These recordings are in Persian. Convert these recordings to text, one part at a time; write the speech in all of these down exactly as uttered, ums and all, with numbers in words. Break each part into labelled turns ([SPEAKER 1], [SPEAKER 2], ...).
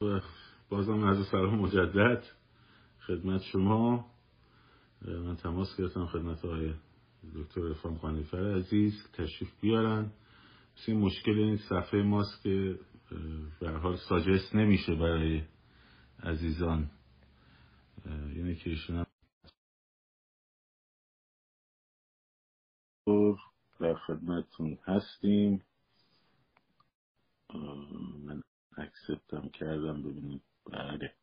[SPEAKER 1] بازم عرض سلام مجدد خدمت شما. من تماس گرفتم خدمت آقای دکتر عرفان قانیفر عزیز تشریف بیارن. این مشکل این صفحه ماست که به هر حال ساجست نمیشه برای عزیزان، یعنی که ایشون در خدمتتون هستیم. من اکسپتم کردم ببینید. بله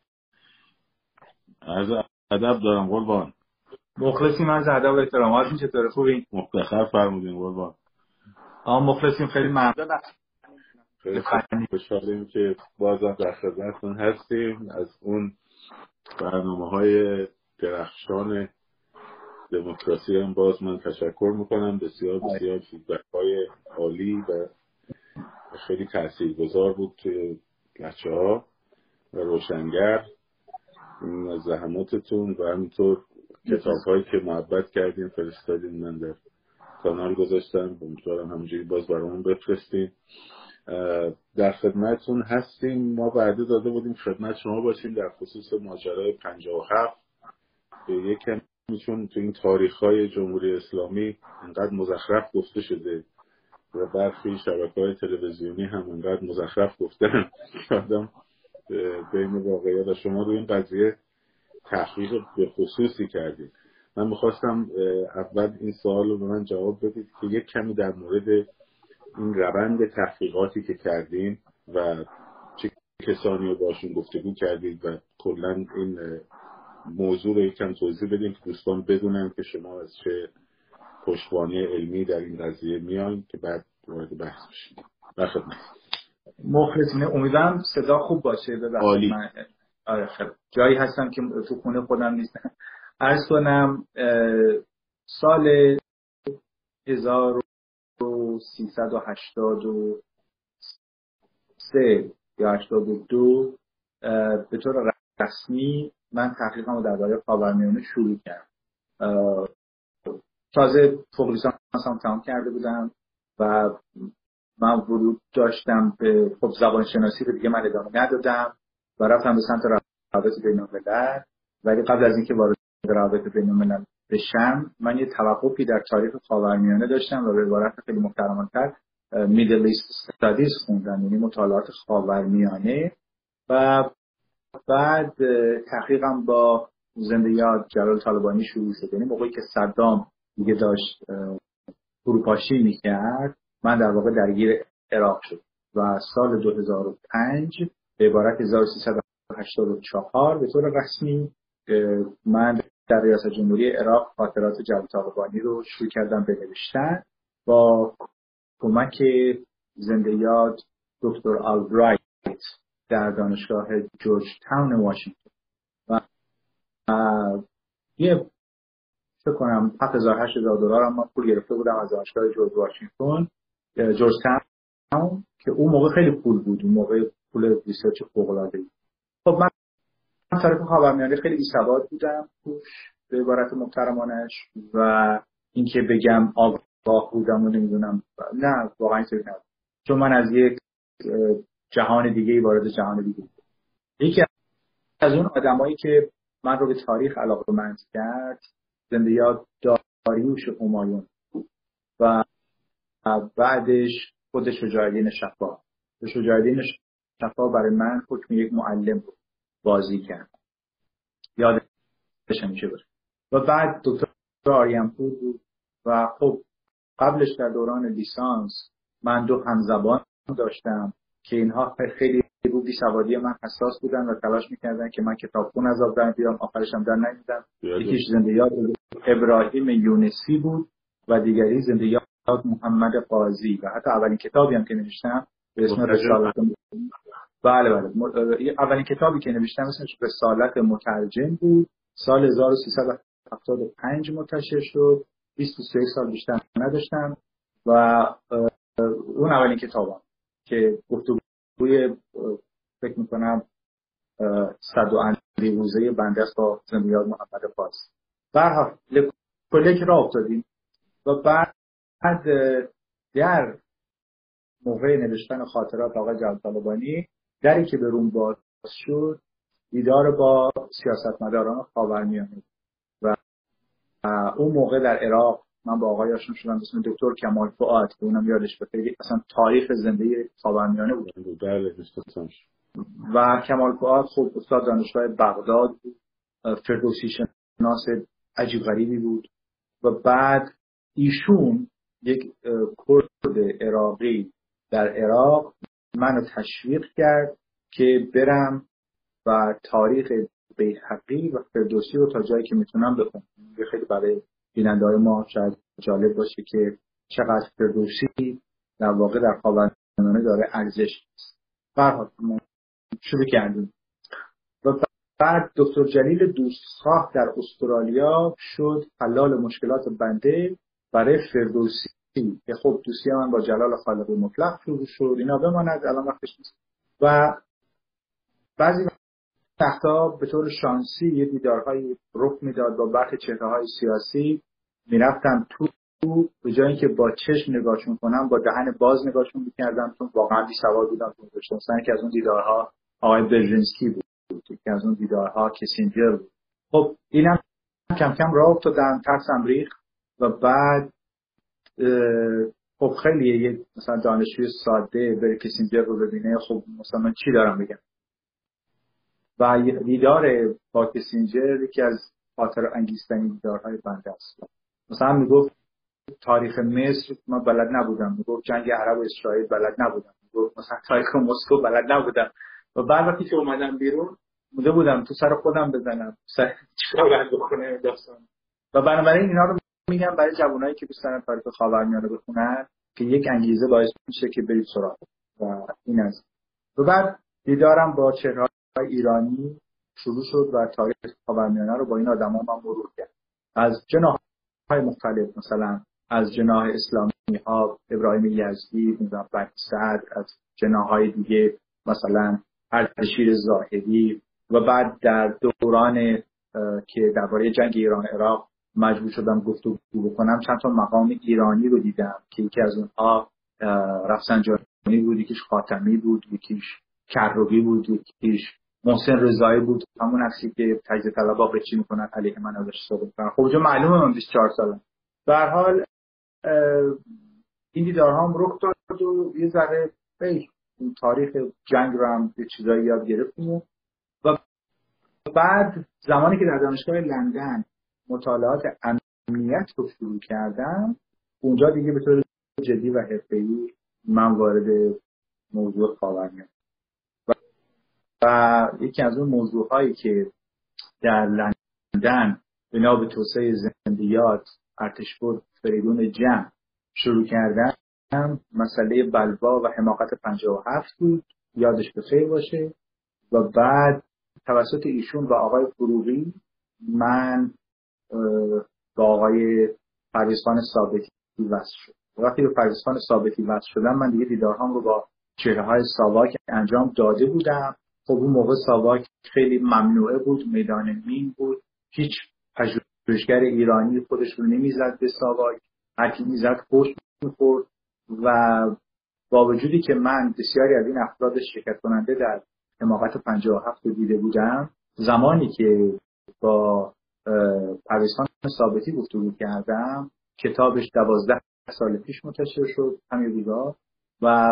[SPEAKER 1] عرض ادب دارم قربان.
[SPEAKER 2] مخلصیم، از ادب و احترامات. چطوره؟ خوبین؟
[SPEAKER 1] مفتخر فرمودین قربان.
[SPEAKER 2] آه مخلصیم، خیلی ممنون.
[SPEAKER 1] خیلی خوشحالیم که بازم در خدمتتون هستیم. از اون برنامه‌های درخشان دموکراسی هم باز من تشکر میکنم. بسیار بسیار فیدبک‌های عالی و خیلی تاثیرگذار بود توی بچه‌ها و روشنگر. این از زحماتتون و همینطور کتاب‌هایی که محبت کردین فرستادین من در کانال گذاشتم. امیدوارم همونجوری باز برامون بفرستین. در خدمتتون هستیم. ما وعده داده بودیم خدمت شما باشیم در خصوص ماجرای پنجاه و هفت. یکم چون تو این تاریخ‌های جمهوری اسلامی انقدر مزخرف گفته شده و برخی شبکه‌های تلویزیونی هم انقدر مزخرف گفتن آدم بین واقعیت. شما روی این قضیه تحقیق به خصوصی کردید. من می‌خواستم اول این سوال رو به من جواب بدید که یک کمی در مورد این روند تحقیقاتی که کردین و چه کسانی رو باشون گفتگو کردید و کلاً این موضوع رو یکم توضیح بدین که دوستان بدونن که شما از چه پشتوانه علمی در این قضیه میان که بعد وارد بحث بشید. بخدمت.
[SPEAKER 2] مخلصیم. امیدوارم صدا خوب باشه.
[SPEAKER 1] عالی.
[SPEAKER 2] من آره خیلی جایی هستم که تو خونه خودم نیستم. عرض کنم سال هزار و سیصد و هشتاد و سه یا هشتاد و دو به طور رسمی من تحقیقم رو درباره خاورمیانه شروع کردم. تازه فوق لیسانسم تمام کرده بودم و من ورود داشتم به خب زبان شناسی رو دیگه من ادامه ندادم و رفتم به سمت روابط بین الملل. ولی قبل از اینکه وارد روابط بین الملل بشم من یه توقفی در تاریخ خاورمیانه داشتم و به عبارت خیلی محترمانه‌تر میدل ایست استادیز خوندم، یعنی مطالعات خاورمیانه. و بعد تحقیقم با زنده یاد جلال طالبانی شروع شد. یعنی موقعی که صدام دیگه داشت فروپاشی میکرد من در واقع درگیر عراق شد و سال دو هزار و پنج به عبارت هزار و سیصد و هشتاد و چهار به طور رسمی من در ریاست جمهوری عراق خاطرات جلال طالبانی رو شروع کردم به نوشتن با کمک زنده یاد دکتر آلبرایت در دانشگاه جورج تاون واشنگتن. و یه فکر کنم هفت هزار هشت هزار دلار هم من پول گرفته بودم از دانشگاه جورج واشنگتن جورج تاون که اون موقع خیلی پول بود. اون موقع پول ریسرچ فوق العاده بود. خب من طرف خاورمیانه خیلی بی‌سواد بودم توش به عبارت محترمانش و اینکه بگم آگاه بودم و نمیدونم، نه واقعا اینطوری نبود، چون من از یک جهان دیگه وارد جهان دیگه بودم. یکی از اون آدمایی که من رو به تاریخ علاقه‌مند کرد زنده یاد داریوش همایون و بعدش خود شجاع‌الدین شفا. شجاع‌الدین شفا برای من حکم یک معلم رو بازی کرد، یادش همیشه باشه. و بعد دکتر آریان‌پور بود و خب قبلش در دوران لیسانس من دو همزبان داشتم که اینها خیلی رو بی‌سوادی من حساس بودن و تلاش می‌کردن که من کتابخون از آب در بیارم، آخرش هم در نیومدم. یکیش زنده یاد ابراهیم یونسی بود و دیگری زنده یاد محمد قاضی و حتی اولین کتابی هم که نوشتم به اسم رسالت بله بله اولین کتابی که نوشتم اسمش رسالت مترجم بود. سال هزار و سیصد و هفتاد و پنج منتشر شد. بیست و سه سال بیشتر نداشتم و اون اولین کتابم که گفتگوی فکر میکنم صد و اندی روزه بنده است با زنده یاد محمد قاضی. برها کلیک را افتادیم و بعد در موقع نوشتن خاطرات آقای جلال طالبانی دری که به روم باز شد دیدار با سیاستمداران خاورمیانه و اون موقع در عراق من با آقای آشنا شدم اسم دکتر کمال فؤاد که اونم یادش بخیر اصلا تاریخ زنده خاورمیانه بود.
[SPEAKER 1] بله دوستان.
[SPEAKER 2] و کمال فؤاد خب استاد دانشگاه بغداد بود، فردوسی شناس عجیب غریبی بود و بعد ایشون یک کرد عراقی در عراق منو تشویق کرد که برم و تاریخ بیهقی و فردوسی رو تا جایی که میتونم بخونم. خیلی برای بیننده‌های ما شاید جالب باشه که چقدر فردوسی در واقع در خاورمیانه داره ارزش است. برحال شروع کردیم و بعد دکتر جلیل دوستخواه در استرالیا شد حلال مشکلات بنده برای فردوسی که خب دوستی من با جلال خالق مطلق شروع شد. اینا بماند الان وقتش نیست. و بعضی وقتا به طور شانسی یه دیدارهایی رخ میداد با برخی چهره‌های سیاسی، میرفتم تو به جای اینکه با چشم نگاهشون کنم با دهن باز نگاهشون میکردم چون واقعا بی‌سواد بودم. تو داشتم مثلا که از اون دیدارها آقای برژینسکی بود که از اون دیدارها کسینجر بود. خب اینم کم کم راه افتادم، ترسم ریخت و بعد خب خیلی یه مثلا دانشجوی ساده بره کسینجر رو ببینه، خب مثلا من چی دارم بگم. و دیدار با کسینجر یکی از خاطر انگیزترین دیدارهای بنده است. مثلا میگفت تاریخ مصر من بلد نبودم، میگفت جنگ عرب و اسرائیل بلد نبودم، میگفت مثلا تاریخ مسکو بلد نبودم. و بعد وقتی که اومدم بیرون مونده بودم تو سر خودم بزنم سر چیکار باید بکنه داستان. و بنابراین اینا رو میگم برای جوانایی که دوست دارن تاریخ خاورمیانه بخونن که یک انگیزه باعث میشه که برید سراغ. و این از و بعد دیدارم با چهره‌های ایرانی شروع شد و تاریخ خاورمیانه رو با این آدما من مرور کردم از جناح‌های مختلف، مثلا از جناح اسلامی ها ابراهیم یزدی، میدونم بنی صدر، از جناح‌های دیگه مثلا اردشیر زاهدی. و بعد در دوران که درباره جنگ ایران عراق مجبور شدم گفتگو بکنم چند تا مقام ایرانی رو دیدم که یکی از اونها رفسنجانی بود، یکیش خاتمی بود، یکیش کروبی بود، یکیش محسن رضایی بود، همون عکسی که تجزیه طلبها قیچی میکنن علیه من ازش صحبت میکنن. خب اونجا معلومه من بیست و چهار سالم. به هر حال این دیدارها هم رخ داد و یه ذره این تاریخ جنگ رو هم یه چیزایی یاد گرفتیم. و بعد زمانی که در دانشگاه لندن مطالعات امنیت رو شروع کردم، اونجا دیگه به طور جدی و حرفه‌ای من وارد موضوع خاورمیانه و, و یکی از اون موضوعهایی که در لندن بنا به توسعه زندیات ارتشبرد فریدون جمع شروع کردم مسئله بلوا و حماقت پنجاه و هفت بود، یادش بخیر باشه. و بعد توسط ایشون و آقای فروغی من با آقای پرویزخان ثابتی وصل شد. وقتی به پرویزخان ثابتی وصل شدم من دیگه دیدارهام رو با چهره‌های ساواک انجام داده بودم. خب اون موقع ساواک خیلی ممنوعه بود، میدان مین بود، هیچ پژوهشگر ایرانی خودش رو نمیزد به ساواک، هر کی میزد پشت می‌خورد. و با وجودی که من بسیاری از این افراد شرکت کننده در حماقت پنجاه و هفت رو دیده بودم، زمانی که با پرویزخان ثابتی گفتگو کردم کتابش دوازده سال پیش منتشر شد همین روزا و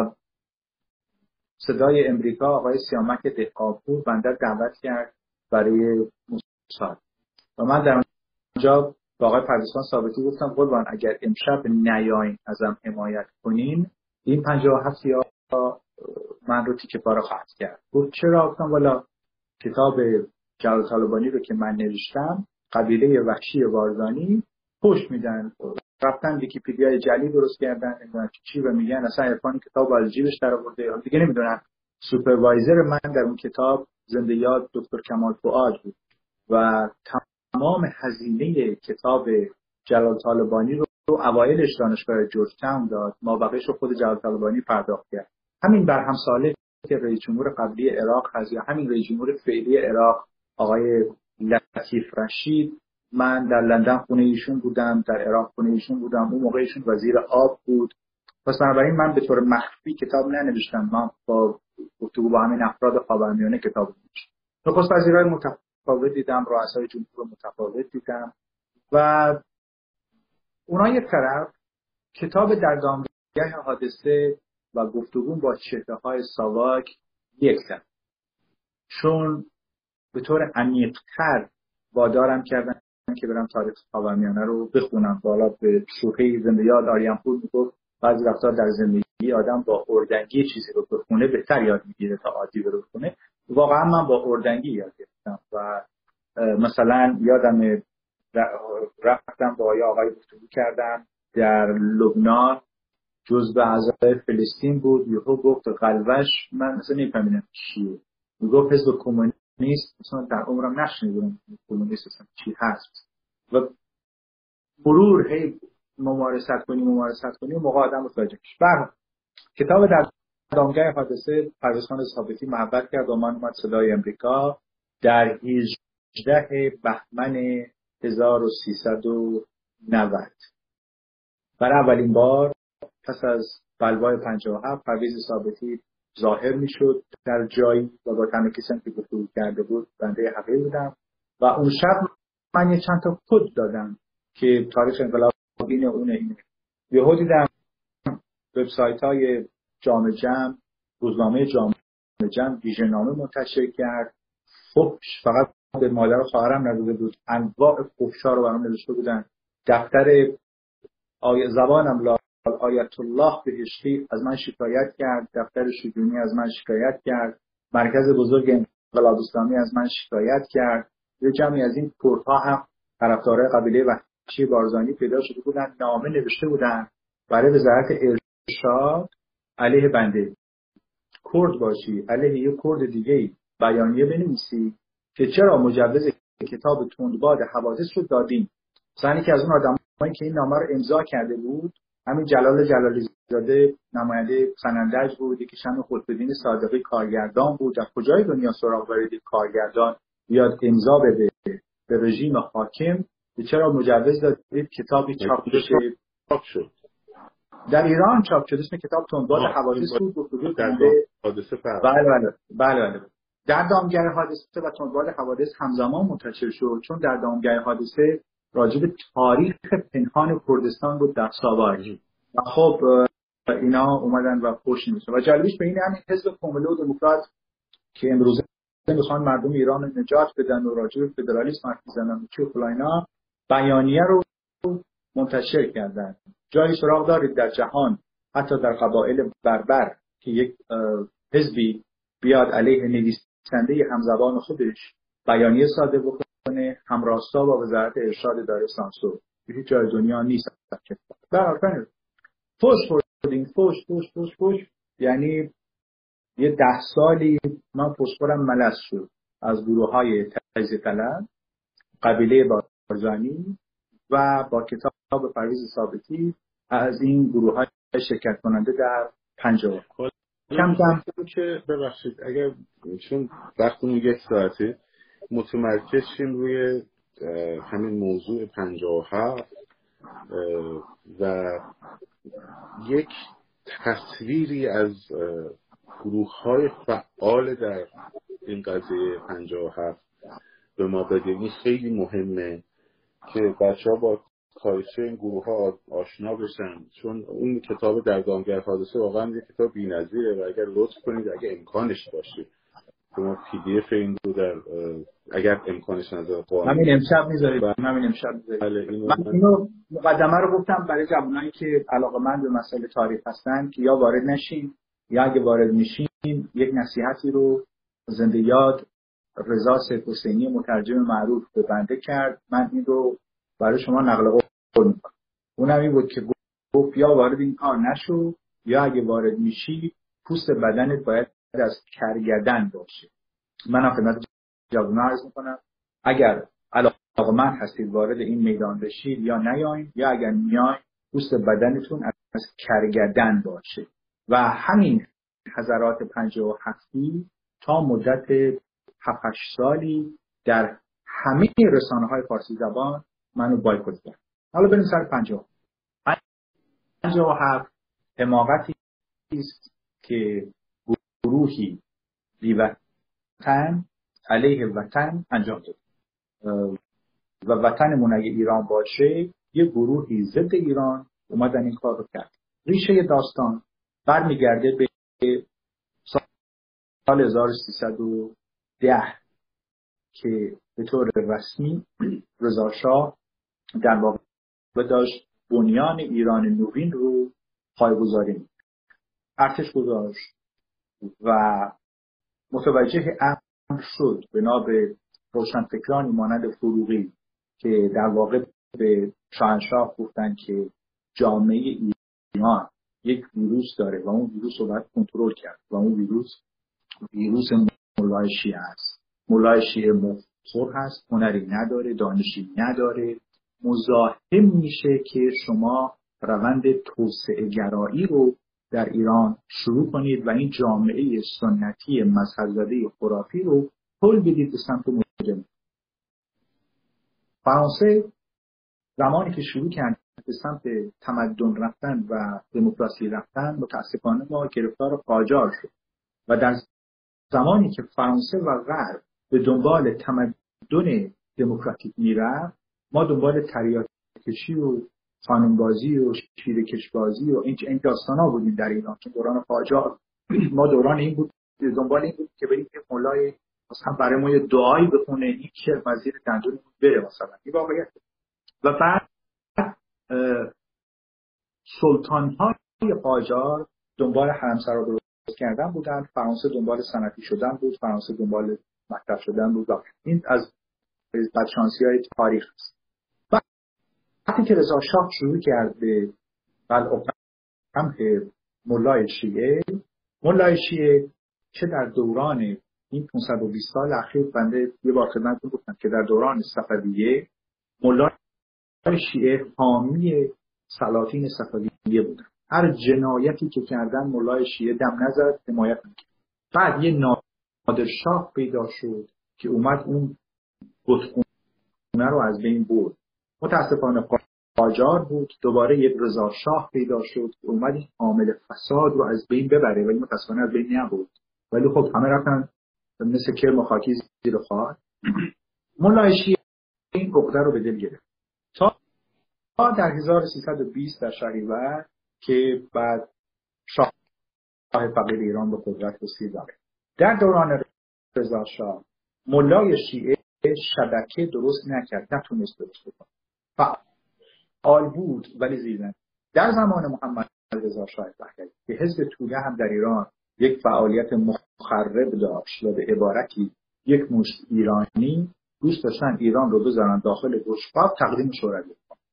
[SPEAKER 2] صدای امریکا آقای سیامک دهقانپور بنده دعوت کرد برای مصاحبه و من در اونجا با آقای پرویزخان ثابتی گفتم قربان اگر امشب نیاین ازم حمایت کنین این پنجاه و هفت یا من رو تیکه پاره خواهد کرد. گفت چرا؟ گفتم والا کتاب جلال طالبانی رو که من نوشتم قبیله وحشی واردانی پشت میدن، رفتن ویکی‌پدیا جعلی درست کردن نمیدونم چی و میگن اصلا عرفان کتاب از جیبش در آورده دیگه نمیدونم. سوپروایزر من در اون کتاب زنده یاد دکتر کمال فؤاد بود و تمام هزینه کتاب جلال طالبانی رو اوایلش دانشگاه جورج تاون داد، ما بقیش رو خود جلال طالبانی پرداخت کرد. همین برهم ساله که رئیس جمهور قبلی عراق هست یا همین رئیس جمهور فعلی عراق آقای لطیف رشید، من در لندن خونه ایشون بودم، در عراق خونه ایشون بودم، اون موقع ایشون وزیر آب بود. پس بنابراین من به طور مخفی کتاب ننوشتم، من با گفتگو با همین افراد خاورمیانه کتاب نوشت. نخست وزیرای متفاوت دیدم، رؤسای جمهور متفاوت دیدم و اونا یک طرف کتاب در دامگاه حادثه و گفتگو با چهره‌های ساواک یک طرف، چون به طور عمیق‌تر وادارم کردن که برم تاریخ خاورمیانه رو بخونم. بالا به شوخی زنده یاد آریان‌پور میگفت بعضی وقتا در زندگی آدم با اردنگی چیزی رو بخونه بهتر یاد میگیره تا عادی رو بخونه. واقعا من با اردنگی یاد گرفتم و مثلا یادم رفتم با یه آقای گفتگو کردم در لبنان، جزء اعضای فلسطین بود، یهو گفت قلبش، من اصلا نمی‌فهمیدم چیه، میگفت حزب کمونیست، مثلا در عمرم نشنیدم کمونیست اصلا چی هست و مرور هی ممارست کنی ممارست کنی و موقع آدم متوجه میشه. برای کتاب در دامگاه حادثه پرویزخان ثابتی محبت کرد و من اومد صدای امریکا در هجدهم بهمن هزار و سیصد و نود برای اولین بار پس از بلوای پنجاه و هفت پرویز ثابتی ظاهر میشد در جایی و با تنها کسی که گفتگو کرده بود بنده حقیر بودم و اون شب من یه چند تا کد دادم که تاریخ انقلاب اینه اونه اینه. یهو دیدم وبسایت های جامعه جمع، روزنامه جامعه جمع ویژه‌نامه منتشر کرد. خب فقط به مادر و خواهرم نداده بود، انواع فحشا رو برام نوشته بودن. دفتر آیه زبانم لا آیت الله بهشتی از من شکایت کرد، دفتر شجونی از من شکایت کرد، مرکز بزرگ انقلاب اسلامی از من شکایت کرد. یه جمعی از این کردها هم طرفدارای قبیله وحشی بارزانی پیدا شده بودن، نامه نوشته بودن برای وزارت ارشاد علیه بنده. کرد باشی علیه یه کرد دیگه بیانیه بنویسی که چرا مجوز کتاب تندباد حوادث رو دادیم. مثلا که از اون آدمایی که این نامه رو امضا کرده بود همین جلال جلالی زاده نماینده سنندج بود، که شم خودبدین صادقی کارگردان بود. در کجای دنیا سراغ برید کارگردان بیاد امضا بده به رژیم حاکم که چرا مجوز دادید کتابی چاپ بشه؟ در ایران چاپ شده، اسم کتاب تندباد حوادث بود. گفتگو کننده
[SPEAKER 1] حادثه فرق.
[SPEAKER 2] بله بله بله بله. در دامگاه حادثه و تندباد حوادث همزمان منتشر شد، چون در دامگاه حادثه راجع به تاریخ پنهان کردستان بود در ساواک و خب اینا اومدن و پشت نوشتن و جالبیش به این همین حزب کمونی و دموکرات که امروزه میخوان مردم ایران رو نجات بدن و راجع به فدرالیسم حرف بزنن چه فلاینا بیانیه رو منتشر کردن. جایی سراغ دارید در جهان حتی در قبایل بربر که یک حزبی بیاد علیه نویسنده همزبان خودش بیانیه صادر بکنه همراستا با وزارت ارشاد اداره سانسور؟ هیچ جای دنیا نیست. در واقع فوش خوردیم، فوش فوش فوش فوش یعنی یه ده سالی من فوشخورم ملس شد از گروه های تجزیه طلب قبیله بارزانی و با کتاب پرویز ثابتی از این گروه های شرکت کننده در پنجاه.
[SPEAKER 1] کم کم که ببخشید اگر چون وقتمون یک ساعته متمرکز شیم روی همین موضوع پنجاه و هفت و یک تصویری از گروه های فعال در این قضیه پنجاه و هفت به ما بده. این خیلی مهمه که بچه ها با تاریخچه این گروه ها آشنا بشن، چون اون کتاب در دامگاه حادثه واقعا یک کتاب بی‌نظیره و اگر لطف کنید اگر امکانش باشه که ما پی دی اف این رو در اگر امکانش نظر قانون
[SPEAKER 2] همین امشب میذارید همین امشب میذارید. من اینو مقدمه رو گفتم برای جوانایی که علاقه‌مند به مسائل تاریخ هستن که یا وارد نشین یا اگه وارد میشین یک نصیحتی رو زنده یاد رضا سیف‌حسینی مترجم معروف به بنده کرد. من این رو برای شما نقل قول میکنم. اونم این بود که گفت یا وارد این کار نشو یا اگه وارد میشی پوست بدنت باید از کرگدن باشه. من خدمت جوانان عرض میکنم اگر علاقه‌مند هستید وارد این میدان بشید یا نیاین، یا اگر میاین پوست بدنتون از کرگدن باشه. و همین حضرات پنجاه و هفتی تا مدت هفت هشت سالی در همه رسانه‌های فارسی زبان منو بایکوت کرد. حالا بریم سر پنجاه. پنجاه و هفت حماقتی است که گروهی بی‌وطن علیه وطن انجام داد و وطنمون اگه ایران باشه یه گروهی ضد ایران اومدن این کار رو کرد. ریشه داستان برمیگرده به سال هزار و سیصد و ده که به طور رسمی رضا شاه در واقع داشت بنیان ایران نوین رو پایه‌گذاری می‌کرد. ارتش گذاشت و متوجه امر شد بنا به روشنفکرانی مانند فروغی که در واقع به شاهنشاه گفتن که جامعه ایران یک ویروس داره و اون ویروس رو باید کنترل کرد و اون ویروس ویروس مولای شیعه است. مولای شیعه مفخور هست، هنری نداره، دانشی نداره، مزاحم میشه که شما روند توسعه گرایی رو در ایران شروع کنید و این جامعه سنتی مذهب‌زده خرافی رو پل بدید به سمت مدرن. فرانسه زمانی که شروع کرد به سمت تمدن رفتن و دموکراسی رفتن متاسفانه ما گرفتار قاجار شد و در زمانی که فرانسه و غرب به دنبال تمدن دموکراتیک میرفت ما دنبال تریاک‌کشی و خانمبازی و شیره‌کش‌بازی و این این داستانا بودیم در ایران که دوران قاجار ما دوران این بود دنبال این بود که بریم که مولای مثلا برای ما یه دعایی بخونه این که وزیر دندون بره مثلا این واقعیت. و بعد سلطان‌های قاجار دنبال حرمسرا درست کردن بودن، فرانسه دنبال صنعتی شدن بود، فرانسه دنبال مکتب شدن بود. این از بدشانسی‌های تاریخ است. وقتی که رضا شاه شروع کرد به قلع قمع مولای شیعه، مولای شیعه چه در دوران این پانصد و بیست سال اخیر بنده یه بار خدمتتون گفتم که در دوران صفویه مولای شیعه حامی سلاطین صفویه بودن. هر جنایتی که کردن مولای شیعه دم نزد، حمایت می‌کرد. بعد یه نادرشاه پیدا شد که اومد اون بتخونه رو از بین برد. متاسفانه قاجار بود، دوباره یک رضا شاه پیدا شد که اومد این عامل فساد رو از بین ببره ولی متاسفانه از بین نبرد. ولی خب همه رفتن مثل کرم و خاکی زیر خاک. مولای شیعه این عقده رو به دل گرفت تا در هزار و سیصد و بیست در شهریور که بعد شاه فقید ایران به قدرت رسید. در دوران رضا شاه مولای شیعه شبکه درست نکرد، نتونست درست بکنه، فعال بود ولی زیرن. در زمان محمد رضا شاه پهلوی که حزب توده هم در ایران یک فعالیت مخرب داشت و به عبارتی یک مشت ایرانی دوست داشتن ایران رو بذارن داخل بشقاب تقدیم شوروی.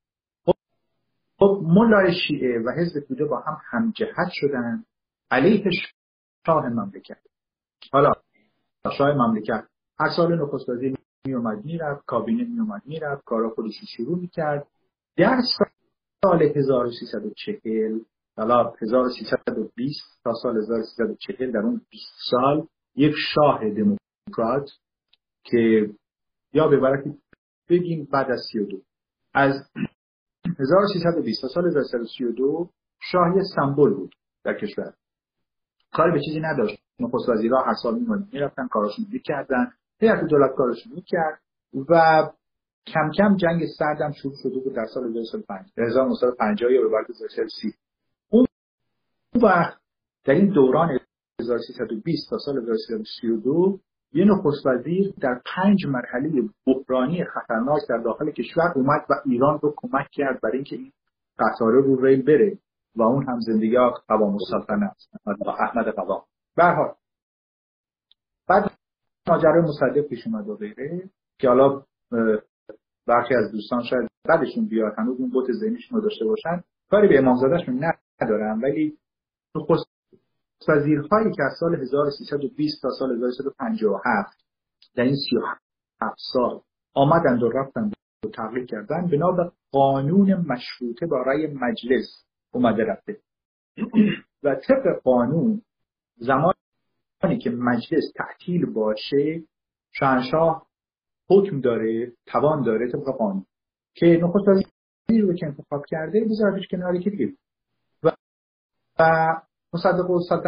[SPEAKER 2] خب مولای شیعه و حزب توده با هم همجهت شدن علیه شاه مملکت. حالا شاه مملکت هر سال نخست وزیر می اومد میرفت، کابینه می اومد میرفت، کارا خودش رو شروع میکرد. در سال هزار و سیصد و چهل حالا هزار و سیصد و بیست تا سال هزار و سیصد و چهل در اون بیست سال یک شاه دموکرات که یا به عبارتی بگیم بعد از سی و دو از هزار و سیصد و بیست تا سال هزار و سیصد و سی و دو شاه یه سمبل بود در کشور. کار به چیزی نداشت. نخست وزیرها هر سال می‌اومدن میرفتن کاراشون می‌کردن، هیئت دولت کاراشون می‌کرد و کم کم جنگ سردم شروع شده بود در سال هزار و نهصد و پنجاه یا به بعد هزار و سیصد و سی. اون وقت در این دوران هزار و سیصد و بیست تا سال هزار و سیصد و سی و دو یه نخست وزیر در پنج مرحله بحرانی خطرناک در داخل کشور اومد و ایران رو کمک کرد برای اینکه این قطاره رو ریل بره و اون هم زندگی قوام السلطنه است احمد قوام. به هر حال بعد ماجرای مصدق پیش اومد و غیره که حالا برخی از دوستان شاید بعدشون بیاد هنوز اون بوت ذهنیشون رو داشته باشن، کاری به امامزادهشون ندارم، ولی نخست وزیرهایی که از سال هزار و سیصد و بیست تا سال هزار و سیصد و پنجاه و هفت در این سی و هفت سال آمدند و رفتند و تغییر کردن بنا به قانون مشروطه با رأی مجلس اومده رفته و طبق قانون زمانی که مجلس تعطیل باشه شاهنشاه حکم داره، توان داره طبق قانون که نخست وزیر رو که انتخاب کرده بذارتش کنار یکی دیگه و, و مصدق السلطنه رو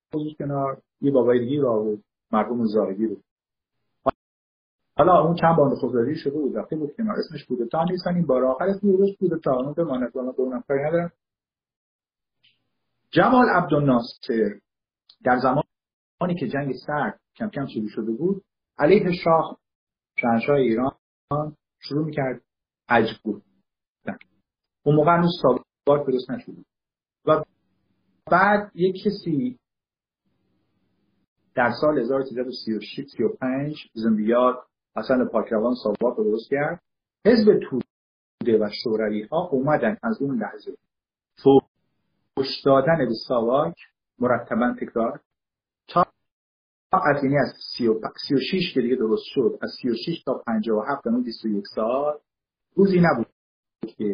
[SPEAKER 2] گذاشت کنار، یه بابای دیگه رو آورد، مرحوم زاهدی رو. حالا اون چند بار نخست‌وزیر شده بود، رفته بود کنار، اسمش کودتا نیستن، این بار آخر اسم درست کودتا اون بماند، والا به اونم کاری ندارم. جمال عبدالناصر در زمانی که جنگ سرد کم کم شروع شده بود، علیه شاه شاهنشاه ایران شروع می‌کرد عجب. اون موقع هنوز ساواک درست نشده و بعد یک کسی در سال هزار و سیصد و سی و پنج زندیات حسن پاکروان ساواک رو درست کرد. حزب توده و شوروی ها اومدن از اون لحظه فوش دادن به ساواک مرتبا تکرار تا از یعنی از سی و شش که دیگه درست شد، از سی و شش تا پنجاه و هفت تا بیست و یک سال روزی نبود که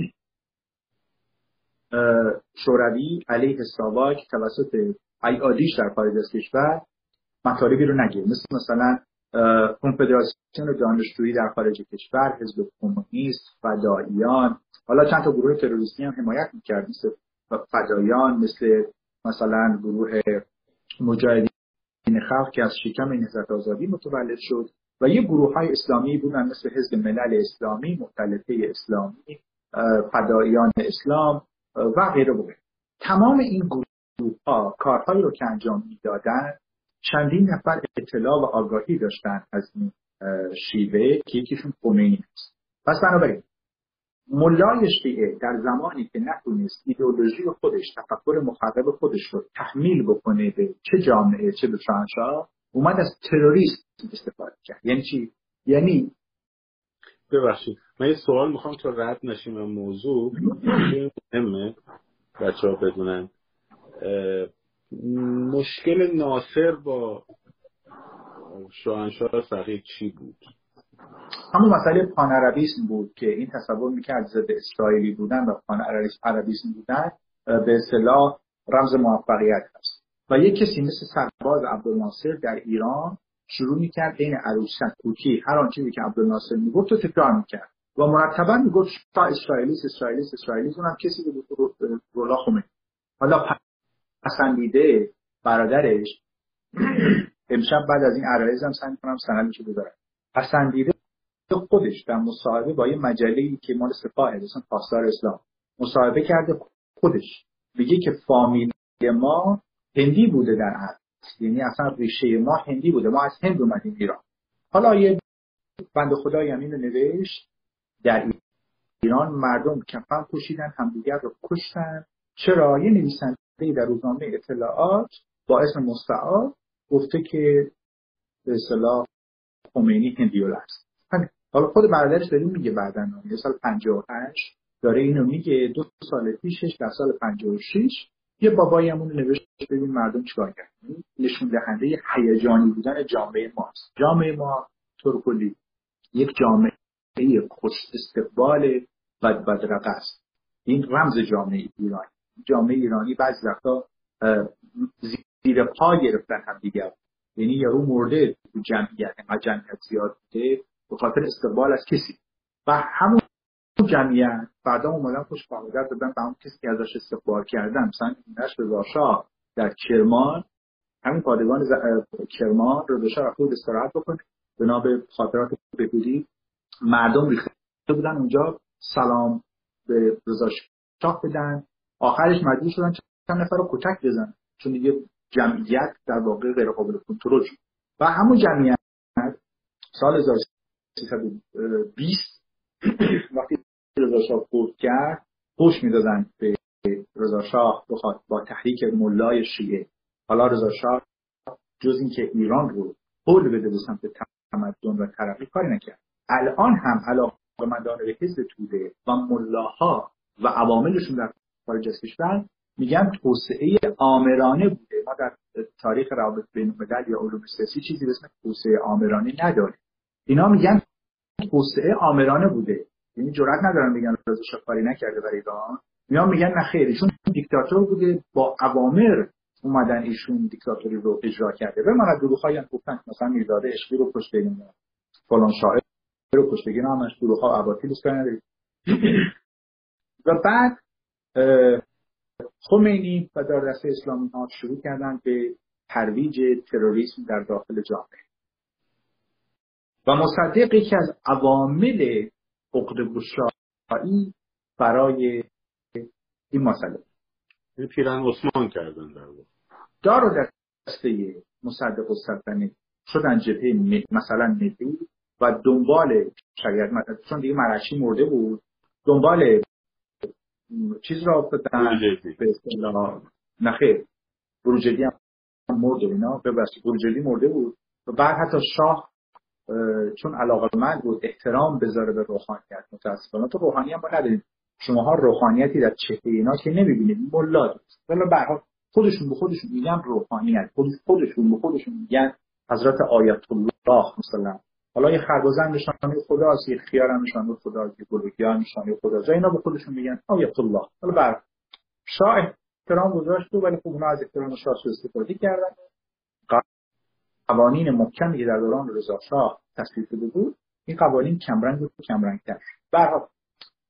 [SPEAKER 2] شوروی علیه ساواک توسط ایادیش در خارج از کشور مطالبی رو نگه، مثل مثلا کنفدراسیون دانشجویی در خارج کشور، حزب کمونیست، فداییان، حالا چند تا گروه تروریستی هم حمایت می‌کرد مثل فداییان، مثل مثلا گروه مجاهدین خلق که از شکم نهضت آزادی متولد شد و یه گروه‌های اسلامی بودن مثل حزب ملل اسلامی، مؤتلفه اسلامی، فداییان اسلام و غیره و غیره. تمام این گروه‌ها کارهایی رو که انجام میدادن چندین نفر اطلاع و آگاهی داشتن از این شیوه که یکیشون خمینی است. پس بنابراین ملای شیعه در زمانی که نتونست ایدئولوژی خودش، تفکر مخرب خودش رو تحمیل بکنه به چه جامعه چه به شاهنشاه، اومد از تروریسم استفاده کرد. یعنی چی؟ یعنی
[SPEAKER 1] ببخشید من یه سوال میخوام تا رد نشیم از موضوع، مهمه بچه ها بدونن. مشکل ناصر با شاهنشاه صغیر چی بود؟
[SPEAKER 2] همون مسئله پانعربیسم بود که این تصور میکرد ضد اسرائیلی بودن و پانعربیسم بودن به اصطلاح رمز موفقیت هست و یک کسی مثل سرباز عبدالناصر در ایران شروع میکرد بین عروسک کوکی هر آن چیزی که عبدالناصر میگفت رو تکرار میکرد و مرتبا میگفت تا اسرائیلیست اسرائیلیست اسرائیلیست. اونم کسی که بود رولا خمینی. حالا پسندیده برادرش امشب بعد از این عرایض هم سعی می‌کنم سندش رو بذارم. پسندیده خودش در مصاحبه با یه مجله‌ای که مال سپاه مثلا پاسدار اسلام مصاحبه کرده، خودش میگه که فامیل ما هندی بوده در اصل، یعنی اصلا ریشه ما هندی بوده، ما از هند اومدیم ایران. حالا یه بنده خدایی همین رو نوشت در ایران مردم کفن پوشیدن همدیگر رو کشتن. چرا؟ یه نویسنده در روزنامه اطلاعات با اسم مستعار گفته که به اصطلاح خمینی هندیول است. حالا خود برادرش داره میگه بعداً یه سال پنجاه و هشت داره اینو میگه، دو سال پیشش در سال پنجاه و شش یه بابایی همون نوشت ببین مردم چیکار کردن، نشون دهنده هیجانی بودن جامعه ماست. جامعه ما طور کلی یک جامعه خوش استقبال بد بدرقه است. این رمز جامعه ایرانی. جامعه ایرانی بعضی وقتا زیر پا گرفتن هم دیگه، یعنی یارو مرده تو جمعیت، اینقدر جمعیت زیاد بوده به خاطر استقبال از کسی و همون جمعیت بعدا اومدن خوش فعالیت دادن به همون کسی که ازش استقبال کردن. مثلا رضا شاه در کرمان، همین پادگان کرمان رضا شاه رفت استراحت بکنه بنا به خاطرات بگویی، مردم ریخته بودن اونجا سلام به رضا شاه بدن، آخرش مجبور شدن چند نفر رو کتک بزنن چون دیگه جمعیت در واقع غیر قابل کنترل شد. و همون جمعیت سال هزار و سیصد و بیست وقتی رضا شاه فوت کرد پوش میدادن به رضا شاه بخواد با تحریک ملای شیعه. حالا رضا شاه جز این که ایران رو حول بده به سمت تمدن و ترقی کاری نکرد. الان هم علاقه‌مندان به حزب توده و ملاها و عواملشون در خارج از کشور میگن توسعه آمرانه بوده. ما در تاریخ روابط بین‌الملل یا علوم سیاسی چیزی به اسم توسعه آمرانه نداریم. اینا میگن توسعه آمرانه بوده، یعنی جرئت ندارن بگن رضا شاه کاری نکرده برای ایران. میان میگن نه خیر، ایشون دیکتاتور بوده، با اوامر اومدن ایشون دیکتاتوری رو اجرا کرده. به من گروه‌هایی هم گفتن مثلا میرزاده عشقی رو کشته، نمیدونم فلان شاعر رو کشته، اینا همش گروه‌ها اباطیل است. و بعد خمینی و در دسته اسلامی ها شروع کردن به ترویج تروریسم در داخل جامعه و مصدق یکی از عوامل عقده‌گشایی برای این مسئله
[SPEAKER 1] این پیرن عثمان کردن در واقع.
[SPEAKER 2] دار و دسته مصدق السلطنه شدن جبهه مثلا ملی و دنبال شریعت، چون دیگه مرعشی مرده بود، دنبال چیز را افتادن به اصطلاح نخیر بروجردی هم مرد و اینا، ببخشید بروجردی مرده بود و بعد حتی شاه چون علاقه‌مند بود احترام بذاره به روحانیت، متأسفانه تو روحانی هم ما نداریم، شماها روحانیتی در چهره اینا که نمی‌بینید، ملا دوست ولی به هر حال خودشون به خودشون میگن روحانیت، خودشون به خودشون میگن حضرت آیت الله مثلا. حالا یه خربزن نشانه خداست، یه خیار هم نشانه خداست، یه گلوگیا نشانه خداست، اینا به خودشون میگن آیت الله. حالا بر شاه احترام گذاشت ولی خب اونا از احترام شاه سوء استفاده کردن. قوانین محکمی که در دوران رضا شاه تصویب شده بود، این قوانین کمرنگ و کمرنگ‌تر. به هر حال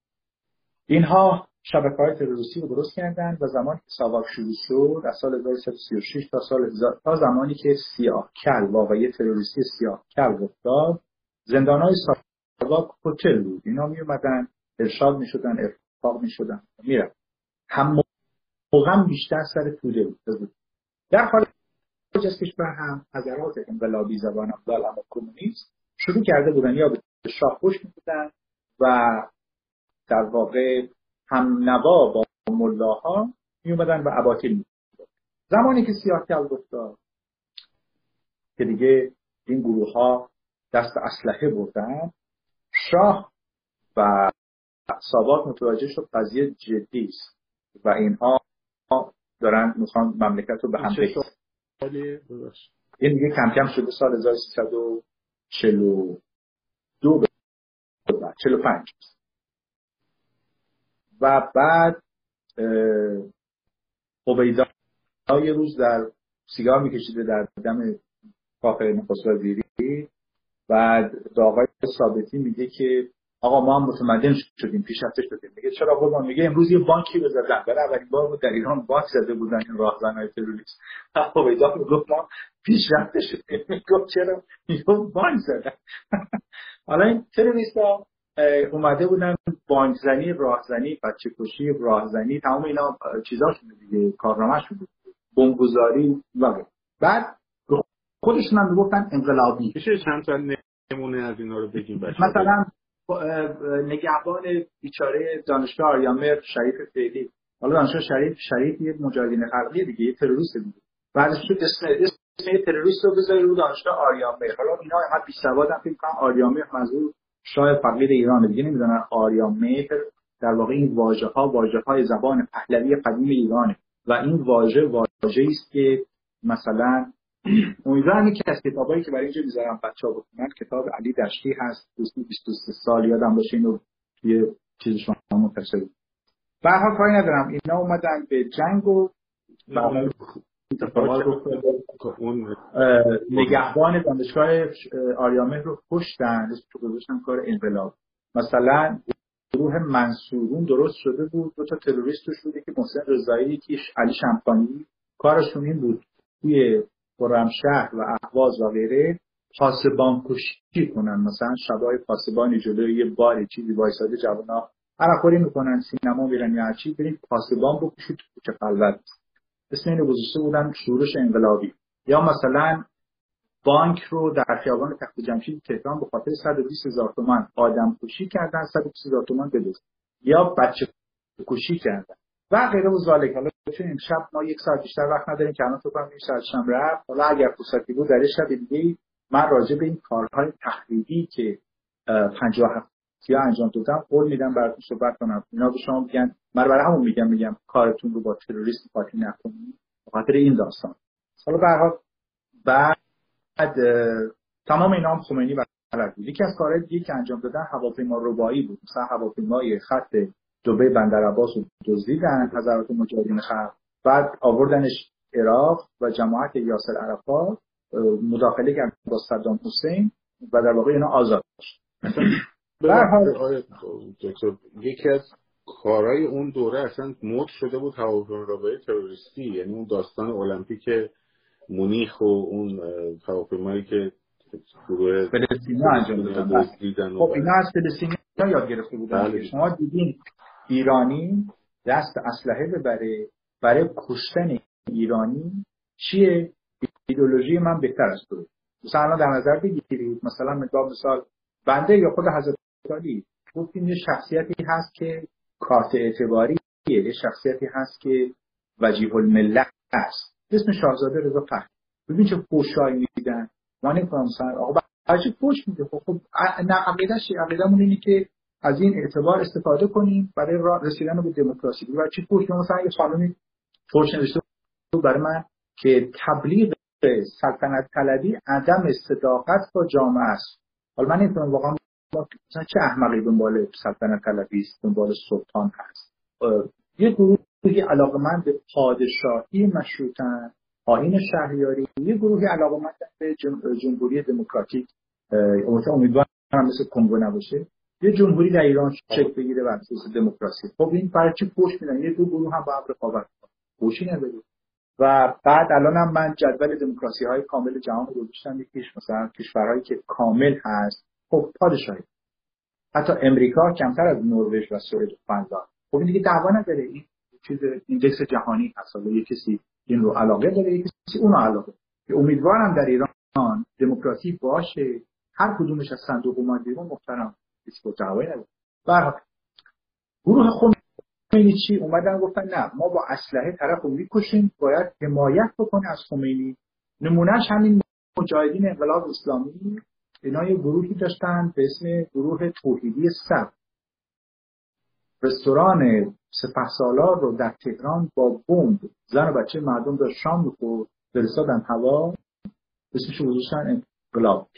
[SPEAKER 2] اینها شبکه‌های تروریستی رو درست کردن و زمانی که ساواک شروع شد از سال هزار و سیصد و سی و شش تا سال تا زمانی که سیاه کل واقعی تروریستی سیاه کل افتاد، زندان‌های ساواک هتل بود. اینا می اومدن ارشاد می‌شدن، ارفاق می‌شدن، میرن. هم موقع بیشتر سر توده بود. در حال از کشور هم حضرات انقلابی زبان افضل اما کمونیست شروع کرده بودن یا به شاه پشت می‌دادن و در واقع هم نوا با ملاها می اومدن و اباطیل می اومدن. زمانی که سیاه کل افتاد که دیگه این گروه ها دست اسلحه بردن، شاه و ساواک متوجه شد قضیه جدی است و اینها دارن میخوان مملکت رو به هم بریزن. این دیگه کم کم شده سال هزار و سیصد و چهل و دو به چهل و پنج و بعد عبیدالله یه روز در سیگار میکشیده در دم کاخ نخست وزیری، بعد آقای ثابتی میگه که آقا ما هم متمدن شدیم، پیشرفته شدیم. میگه چرا قربان؟ میگه امروز یه بانکی بزدن، برای اولین بار بود در ایران بانک زده بودن این راهزنای تروریست. عبیدالله میگفت ما پیشرفته شدیم. میگفت چرا؟ میگه بانک زدن. حالا این تروریستا اومده بودن بانکزنی، راهزنی، بچه کشی، راهزنی، تمام اینا چیزاشون دیگه، کارنامه‌شون بود، بمبگذاری و بعد خودشون هم میگفتن انقلابی.
[SPEAKER 1] میشه چند تا نمونه از اینا رو بگیم بچه‌ها؟
[SPEAKER 2] مثلا نگهبان بیچاره دانشگاه آریامهر شریف فعلی، حالا دانشگاه شریف شریف یه مجاهدین خلقی دیگه، یه تروریست دیگه، بعدش شد اسم اسم تروریست رو بذاری رو دانشگاه آریامهر. حالا اینا هم بی سوادن فکر کنن آریامهر منظور شاه فقید ایران دیگه، نمیدونن آریامهر در واقع این واژه‌ها واژه‌های زبان پهلوی قدیم ایرانه و این واژه واژه‌ای است که مثلا امیدوارم که از کتابایی که برای اینجا میذارم بچه‌ها بخونن، کتاب علی دشتی هست، بیست و سه سال یادم باشه اینو یه چیزی شما منتشر بود. به هر حال کاری ندارم، اینا اومدن به جنگ و اتفاقات اون نگهبان دانشگاه آریامهر رو کشتن، اسمش گذاشتن کار انقلاب. مثلا گروه منصورون درست شده بود، دو تا تروریست توش بوده که محسن رضایی، یکیش علی شمخانی، کارشون این بود توی خرمشهر و اهواز و غیره پاسبان کشی کنن. مثلا شبای پاسبانی جلوی یه بار چیزی وایساده، جوانا عرقوری میکنن، سینما میرن یا هرچی، برید پاسبان بکشید تو کوچه خلوت. اسم اینو گذاشته بودن شورش انقلابی. یا مثلا بانک رو در خیابان تخت جمشید تهران به خاطر صد و بیست هزار تومان آدم کشی کردن، صد و بیست هزار تومان بدوز، یا بچه کشی کردن و غیره و ذالک. حالا چون امشب ما یک ساعت بیشتر وقت نداریم که الان تو کنم این ساعت شم رفت، حالا اگر فرصتی بود در شب دیگه من راجع به این کارهای تخریبی که پنجاه و هفت یا انجام دادم قول میدم براتون صحبت کنم. اینا به شما میگن، من برای همون میگم میگم کارتون رو با تروریست قاطی نکنید به خاطر این داستان. حالا به هر حال بعد تمام اینا هم خمینی بلد بود. یکی از کارهای دیگه که انجام دادن هواپیما ربایی بود. مثلا هواپیمای خط دبی بندرعباس رو دزدیدن حضرات مجاهدین خلق، بعد آوردنش عراق و جماعت یاسر عرفات مداخله کرد با صدام حسین و در واقع اینا آزاد شد.
[SPEAKER 1] به هر حال دکتر یکی از کارهای اون دوره اصلا مد شده بود هواپیمای تروریستی، یعنی اون داستان المپیک مونیخ و اون هواپیمایی که گروه
[SPEAKER 2] فلسطینیا انجام دادن. خب اینا از فلسطینیا یاد گرفته بودن. بله. شما دیدین ایرانی دست اسلحه ببره برای کشتن ایرانی چیه؟ ایدئولوژی من بهتر از تو. مثلا در نظر بگیرید مثلا مثال مثال بنده یا خود حضرت علی گفتیم یه شخصیتی هست که کارت اعتباریه، یه شخصیتی هست که وجیه الملت است، اسم شاهزاده رضا پهلوی. ببین چه فحشایی میدن. ما نمی‌فهمم مثلا آقا هرچی فحش میده. خب خب نه عقیده‌ش عقیده‌مون اینه که از این اعتبار استفاده کنیم برای راه رسیدن به دموکراسی. برای چی فحش؟ مثلا یه خانمی فحش نوشته برای من که تبلیغ سلطنت طلبی عدم صداقت با جامعه است. حالا من نمی‌دونم واقعا مثلا چه احمقی دنبال سلطنت طلبی است، دنبال سلطان هست. یه گروهی علاقمند به پادشاهی مشروطن، آیین شهریاری، یه گروهی علاقمند به جمهوری دموکراتیک، امیدوارم مثل کنگو نباشه، یه جمهوری در ایران شکل بگیره بر اساس دموکراسی. خب این برای چی پشت میدن؟ یه دو گروه هم با هم رقابت کنن. پوشی نداره. و بعد الانم من جدول دموکراسی های کامل جهان رو گذاشتم. یکیش مثلا کشورهایی که کامل هست خب پادشاهی. حتی امریکا کمتر از نروژ و سوئد و فنلاند. خب این دیگه دعوا نداره. این چیز ایندکس جهانی هست. حالا یه کسی این رو علاقه داره، یه کسی اون رو علاقه داره. امیدوارم در ایران دموکراسی باشه. هر کدومش از صندوق اومد بیرون محترم، هیچ دعوایی نداره. برای گروه خمینی چی اومدن گفتن نه ما با اسلحه طرف رو میکشیم، باید حمایت بکنه از خمینی. نمونهش همین مجاهدین انقلاب اسلامی، اینا یه گروهی داشتن به اسم گروه توحیدی صف. رستوران سپهسالار رو در تهران با بمب زن و بچه مردم داشت شام می‌خورد، فرستادن هوا، اسمش رو گذاشتن انقلاب.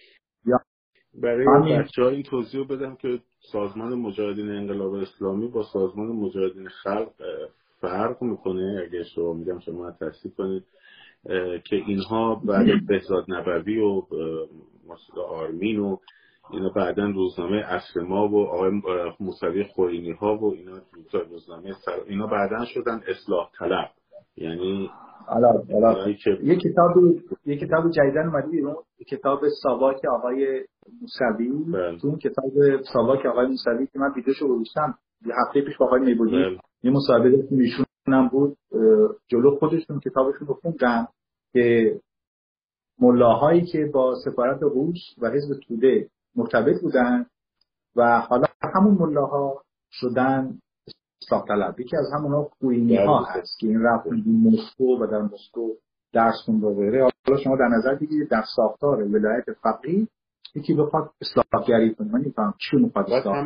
[SPEAKER 1] برای بچه‌ها این توضیح بدم که سازمان مجاهدین انقلاب اسلامی با سازمان مجاهدین خلق فرق میکنه. اگه اشتباه میگم شما تصحیح کنید که اینها بعد بهزاد نبوی و مسعود آرمین و اینا بعداً روزنامه عصر ما و آقای موسوی خوئینی ها و اینا روزنامه سر... اینا بعداً شدن اصلاح طلب. یعنی
[SPEAKER 2] حالا حالا که... یه کتاب یه کتاب جدیدن اومده بیرون، کتاب ساواک آقای موسوی. تو اون کتاب ساواک آقای موسوی که من ویدیوشو گذاشتم یه هفته پیش با آقای میبودی، یه مصاحبه داشتیم ایشون هم بود جلو خودشون کتابشون رو خوندن که ملاهایی که با سفارت روس و حزب توده مرتبط بودن و حالا همون ملاها شدن اصلاح طلب. یکی از همونها خوئینی ها هست که این رفت مسکو و در مسکو درس خوند و غیره. حالا شما در نظر بگیرید در ساختار ولایت فقیه یکی بخواد اصلاحگری کنه، من نمی‌فهمم چی می‌خواد اصلاح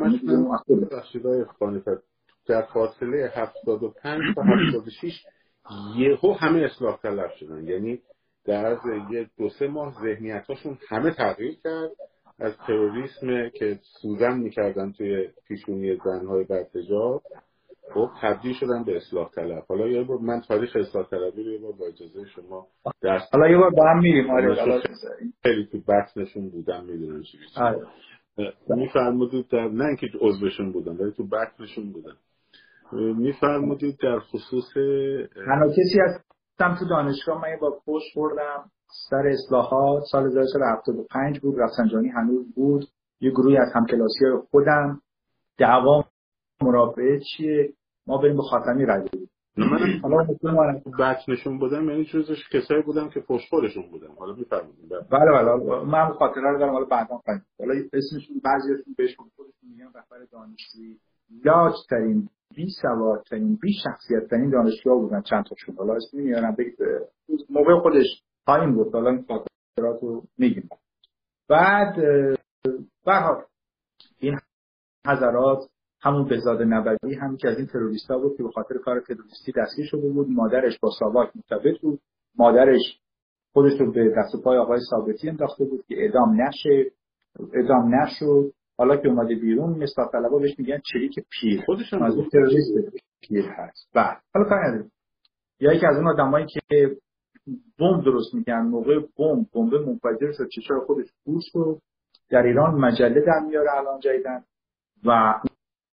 [SPEAKER 1] کنه. در فاصله هفتاد و پنج تا هفتاد و شش یهو همه اصلاح طلب شدن. یعنی در از یه دو سه ماه ذهنیتاشون همه تغییر کرد. از تروریسم که سوزن میکردن توی پیشونی زنهای بدحجاب خب تبدیل شدن به اصلاح طلب. حالا یه بار من تاریخ اصلاح طلبی رو یه بار با اجازه شما درس
[SPEAKER 2] حالا یه بار با هم میریم. آره
[SPEAKER 1] خیلی تو بطنشون بودم میدونم چی میشه. میفرمودید در نه اینکه عضوشون بودم ولی تو بطنشون بودم. میفرمودید در خصوص
[SPEAKER 2] تنها کسی هستم تو دانشگاه من با پشت خوردم سر اصلاحات سال هزار و سیصد و هفتاد و پنج بود. رفسنجانی هنوز بود. یه گروهی از همکلاسی‌های خودم دعوا مرافعه چیه ما بریم به خاتمی رای بدیم.
[SPEAKER 1] من حالا مثلا بچه‌شون بودم یعنی جزش کسایی بودم که پشت خودشون بودم. حالا میفرمایید.
[SPEAKER 2] بله بله من خاطره رو دارم. حالا بعدا خواهیم حالا اسمشون بعضیاشون بهشون خودشون میگن رهبر دانشجویی لاج ترین بی سوادترین بی شخصیت ترین دانشجوها بودن چند تاشون. حالا اسم میارم بگید موقع خودش تایم بود. حالا این خاطراتو میگیم. بعد به هر حال این حضرات همون بهزاد نبوی هم که از این تروریستا بود که به خاطر کار تروریستی دستگیر شده بود. مادرش با ساواک مرتبط بود. مادرش خودش رو به دست و پای آقای ثابتی انداخته بود که اعدام نشه. اعدام نشد. حالا که اومده بیرون اصلاح طلبا بهش میگن چریک پیر.
[SPEAKER 1] خودش
[SPEAKER 2] هم از اون تروریست پیر هست. بعد حالا کاری نداریم. یا یکی از اون آدمایی که بمب درست میکنن موقع بمب بمب منفجر شد چشای خودش پوست رو در ایران مجله در میاره الان جدیدن و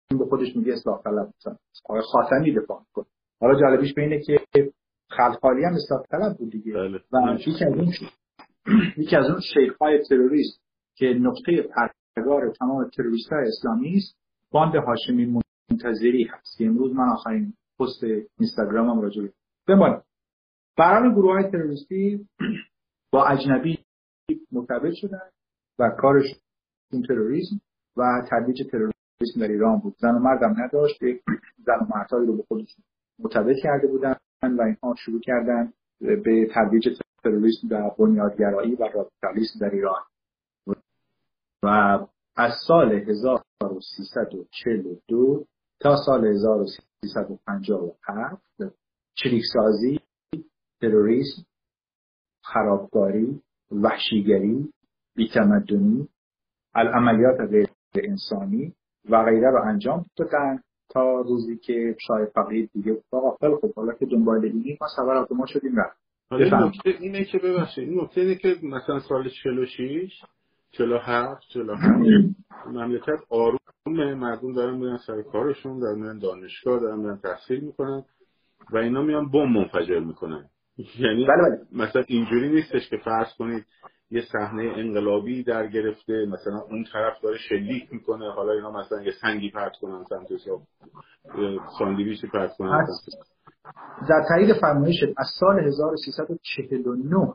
[SPEAKER 2] به خودش میگه اصلاح طلب، مثلا آقای خاتمی دفاع میکنه. حالا جالبیش به اینه که خلخالی هم اصلاح طلب بود دیگه.
[SPEAKER 1] بله.
[SPEAKER 2] و یکی از اون یکی از اون شیخ‌های تروریست که نقطه پرگار تمام تروریست‌های اسلامی است، باند هاشمی منتظری هست که امروز من آخرین پست اینستاگرامم راجع به ببین برای گروه‌های تروریستی با اجنبی مرتبط شدن و کارشون تروریسم و ترویج تروریسم در ایران بود. زن و مردم نداشت، زن و مردایی رو به خودشون مرتبط کرده بودن و اینها شروع کردن به ترویج تروریسم و بنیادگرایی و رادیکالیسم در ایران. و از سال هزار و سیصد و چهل و دو تا سال هزار و سیصد و پنجاه و هفت چریکسازی، تروریسم، خرابکاری، وحشیگری، بی‌تمدنی، عملیات غیر انسانی و غیره رو انجام دادن تا روزی که شاه فقید دیگه آقا خیلی خوب حالا که دنبال اینی ما سوار ما شدیم رفت.
[SPEAKER 1] حالا این نکته اینه که ببخشید این نکته اینه که مثلا سال چهل و شش چهل و هفت چهل و هشت مملکت آرومه، مردم دارن میرن سر کارشون، دارن میرن دانشگاه، دارن میرن تحصیل میکنن و اینا میان بمب منفجر میکنن. یعنی
[SPEAKER 2] بله بله.
[SPEAKER 1] مثلا اینجوری نیستش که فرض کنید یه صحنه انقلابی در گرفته، مثلا اون طرف داره شلیک میکنه، حالا اینا مثلا یه سنگی پرت کنن سمت حساب ساندویچی پرت کنن سمت.
[SPEAKER 2] در تایید فرمایشت از سال هزار و سیصد و چهل و نه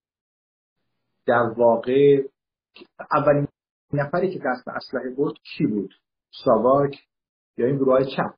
[SPEAKER 2] در واقع اولین نفری که دست به اسلحه برد کی بود؟ ساواک یا این گروه‌های چپ؟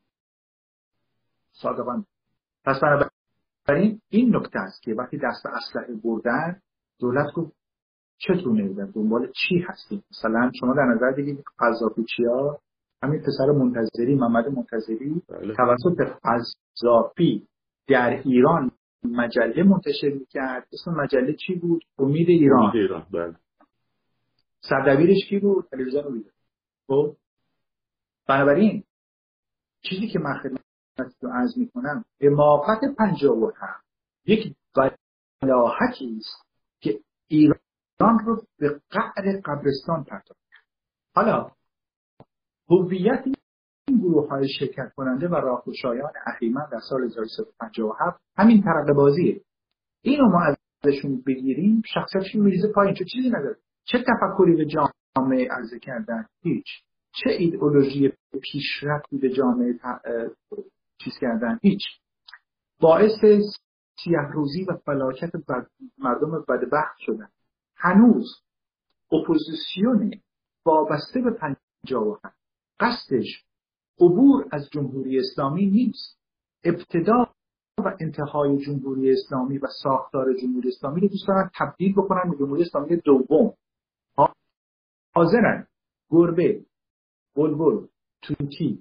[SPEAKER 2] صادقانه. پس بنابراین این نکته است که وقتی دست به اسلحه بردن دولت گفت چطور در دنبال چی هستیم؟ مثلا شما در نظر بگیرید قذافیچیا، همین پسر منتظری، محمد منتظری
[SPEAKER 1] بله.
[SPEAKER 2] توسط قذافی در ایران مجله منتشر میکرد. اسم مجله چی بود؟ امید ایران.
[SPEAKER 1] امید ایران بله.
[SPEAKER 2] سردبیرش کی بود؟ علیرضا نوری. خب بنابراین چیزی که من خدمتتون عرض میکنم حماقت پنجاه و هفت یک بلاحتی است که ایران رو به قعر قبرستان پرتاب کرد. حالا هویت این گروه های شرکت کننده و راهگشایان اهریمن در سال هزار و سیصد و پنجاه و هفت همین ترقه بازیه. اینو ما ازشون بگیریم شخصیتشون میریزه پایین. چه چیزی نداره، چه تفکری به جامعه عرضه کردن، هیچ. چه ایدئولوژی پیشرفتی به جامعه چیز کردن، هیچ. باعث سیاه روزی و فلاکت بد... مردم بدبخت شدن. هنوز اپوزیسیون وابسته به پنجاه و هفت قصدش عبور از جمهوری اسلامی نیست. ابتدا و انتهای جمهوری اسلامی و ساختار جمهوری اسلامی رو دوست دارن تبدیل بکنن به جمهوری اسلامی دوم. حاضرن گربه، بلبل، طوطی،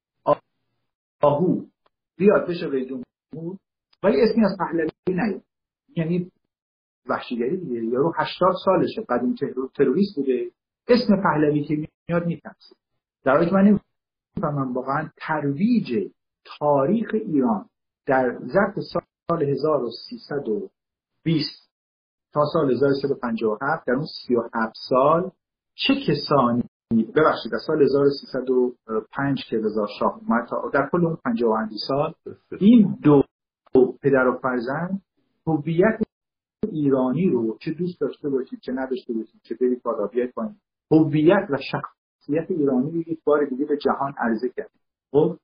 [SPEAKER 2] آهو بیاد بشه رئیس جمهور ولی اسمی از پهلوی نیاد. یعنی وحشیگری دیگه. یارو هشتاد سالشه، قدیم تروریست بوده، اسم پهلوی که میاد میترسه. در حالی که من نمی‌فهمم واقعا ترویج تاریخ ایران در ظرف سال هزار و سیصد و بیست تا سال هزار و سیصد و پنجاه و هفت در اون سی و هفت سال چه کسانی، ببخشید از سال هزار و سیصد و پنج که رضا شاه اومد تا در کل اون پنجاه و اندی سال این دو پدر و فرزند هویت ایرانی رو چه دوست داشته باشید چه نداشته باشید چه برید بالا بیاید پایین، هویت و شخصیت ایرانی رو یک بار دیگه به جهان عرضه کرد. خب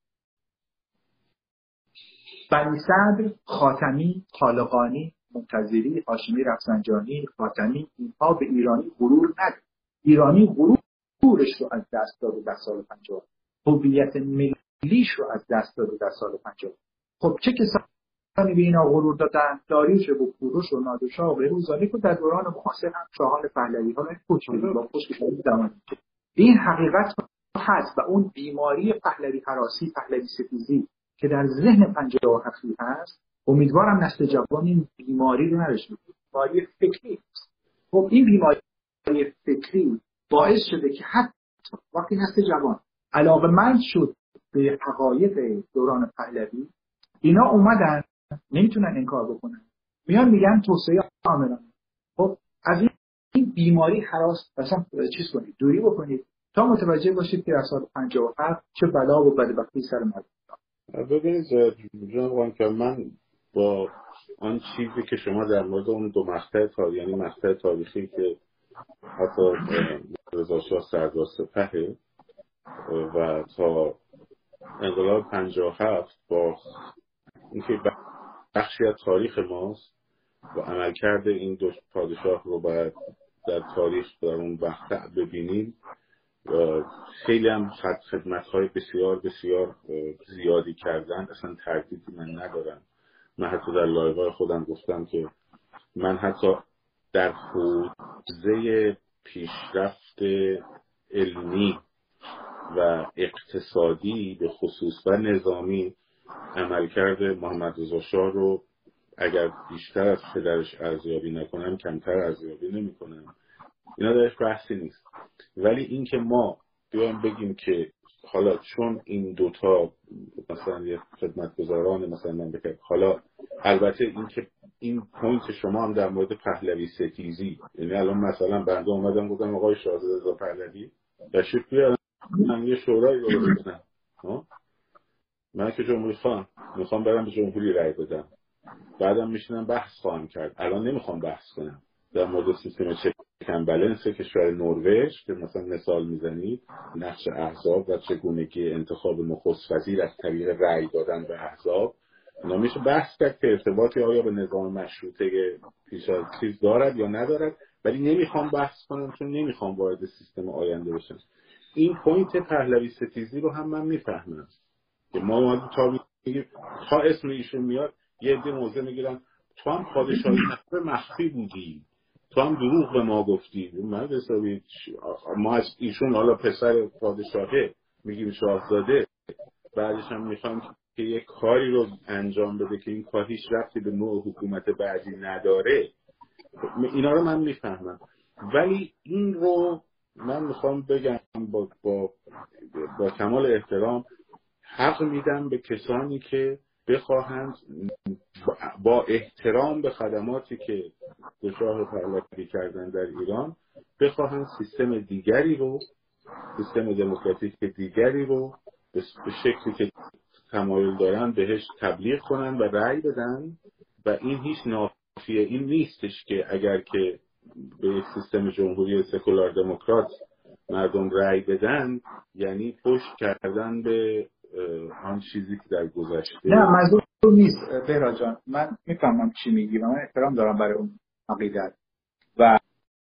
[SPEAKER 2] بنی صدر، خاتمی، طالقانی، منتظری، هاشمی، رفسنجانی، خاتمی اینها به ایرانی غرور نداشت. ایرانی غرورش رو از دست داد در سال پنجاه. هویت ملیش رو از دست داد در سال پنجاه. خب چه کسانی به اینا غرور دادن؟ داریوش و کوروش و نادرشاه و غیره که در دوران معاصر هم شاهان پهلوی ها کوچولو با خوشگلی زمانی. این حقیقت هست و اون بیماری پهلوی هراسی، پهلوی ستیزی که در ذهن پنجاه و هفت هست، امیدوارم نسل جوان این بیماری رو نداشته باشه. بیماری فکری است. خب این بیماری فکری باعث شده که حتی وقتی نسل جوان علاقه‌مند شد به حقایق دوران پهلوی، اینا اومدن نمیتونن انکار بکنن، میان میگن توسعه عاملانه. خب از این بیماری هراس مثلا چیز کنید، دوری بکنید تا متوجه باشید که در سال پنجاه و هفت چه بلا و بدبختی سر مردم.
[SPEAKER 1] ببینید جناب که من با آن چیزی که شما در مورد اون دو مقطع تاریخی، یعنی مقطع تاریخی که حتی رضا شاه سردار سپه و تا انقلاب پنجاه و هفت با اینکه بخشی از تاریخ ماست و عملکرد این دو پادشاه رو باید در تاریخ در اون مقطع ببینیم، خیلی هم خدمت‌های بسیار بسیار زیادی کردن، اصلا تردیدی من ندارم. من حتی در لایوهای خودم گفتم که من حتی در حوزه پیشرفت علمی و اقتصادی به خصوص و نظامی عملکرد محمد رضا شاه رو اگر بیشتر از پدرش ارزیابی نکنم کمتر ارزیابی نمی‌کنم. اینا درش بحثی نیست. ولی این که ما بیایم بگیم که حالا چون این دوتا مثلا یه خدمتگزاران مثلا من بگم، حالا البته این که این پوینت شما هم در مورد پهلوی ستیزی، یعنی الان مثلا بنده اومدم گفتم آقای شاهزاده رضا پهلوی تشریف بیارن من یه شورای رو بزنم، من که جمهوری خواهم میخوام برم به جمهوری رای بدم، بعدم میشینم بحث خواهم کرد. الان نمیخوام بحث کنم در مورد سیستم چکن بالانس کشور نروژ که مثلا مثال میزنید، نقش احزاب و چگونگی انتخاب نخست وزیر از طریق رأی دادن به احزاب، اینا میشه بحث کرد که ارتباطی آیا به نظام مشروطه پیش از چیز دارد یا ندارد، ولی نمیخوام بحث کنم چون نمیخوام وارد سیستم آینده بشم. این پوینت پهلوی ستیزی رو هم من میفهمم که ما اومدیم تا میگیم تا اسم ایشون میاد یه عده موضع میگیرن تو هم پادشاهی نفر مخفی بودی، تو هم دروغ به ما گفتی. من حسابی ما از ایشون حالا پسر پادشاهه میگیم شاهزاده، بعدش هم میخوام که یک کاری رو انجام بده که این کار هیچ ربطی به نوع حکومت بعدی نداره. اینا رو من میفهمم، ولی این رو من میخوام بگم با, با, با کمال احترام حق میدم به کسانی که بخواهند با احترام به خدماتی که دو شاه پهلوی کردن در ایران بخواهند سیستم دیگری رو، سیستم دموکراتیک دیگری رو به شکلی که تمایل دارن بهش تبلیغ کنن و رأی بدن. و این هیچ نافیه این نیستش که اگر که به یک سیستم جمهوری سکولار دموکرات مردم رأی بدن یعنی پشت کردن به آن چیزی که در گذشته.
[SPEAKER 2] نه منظور نیست بهراد جان، من میفهمم چی میگی و من احترام دارم برای اون عقیدت و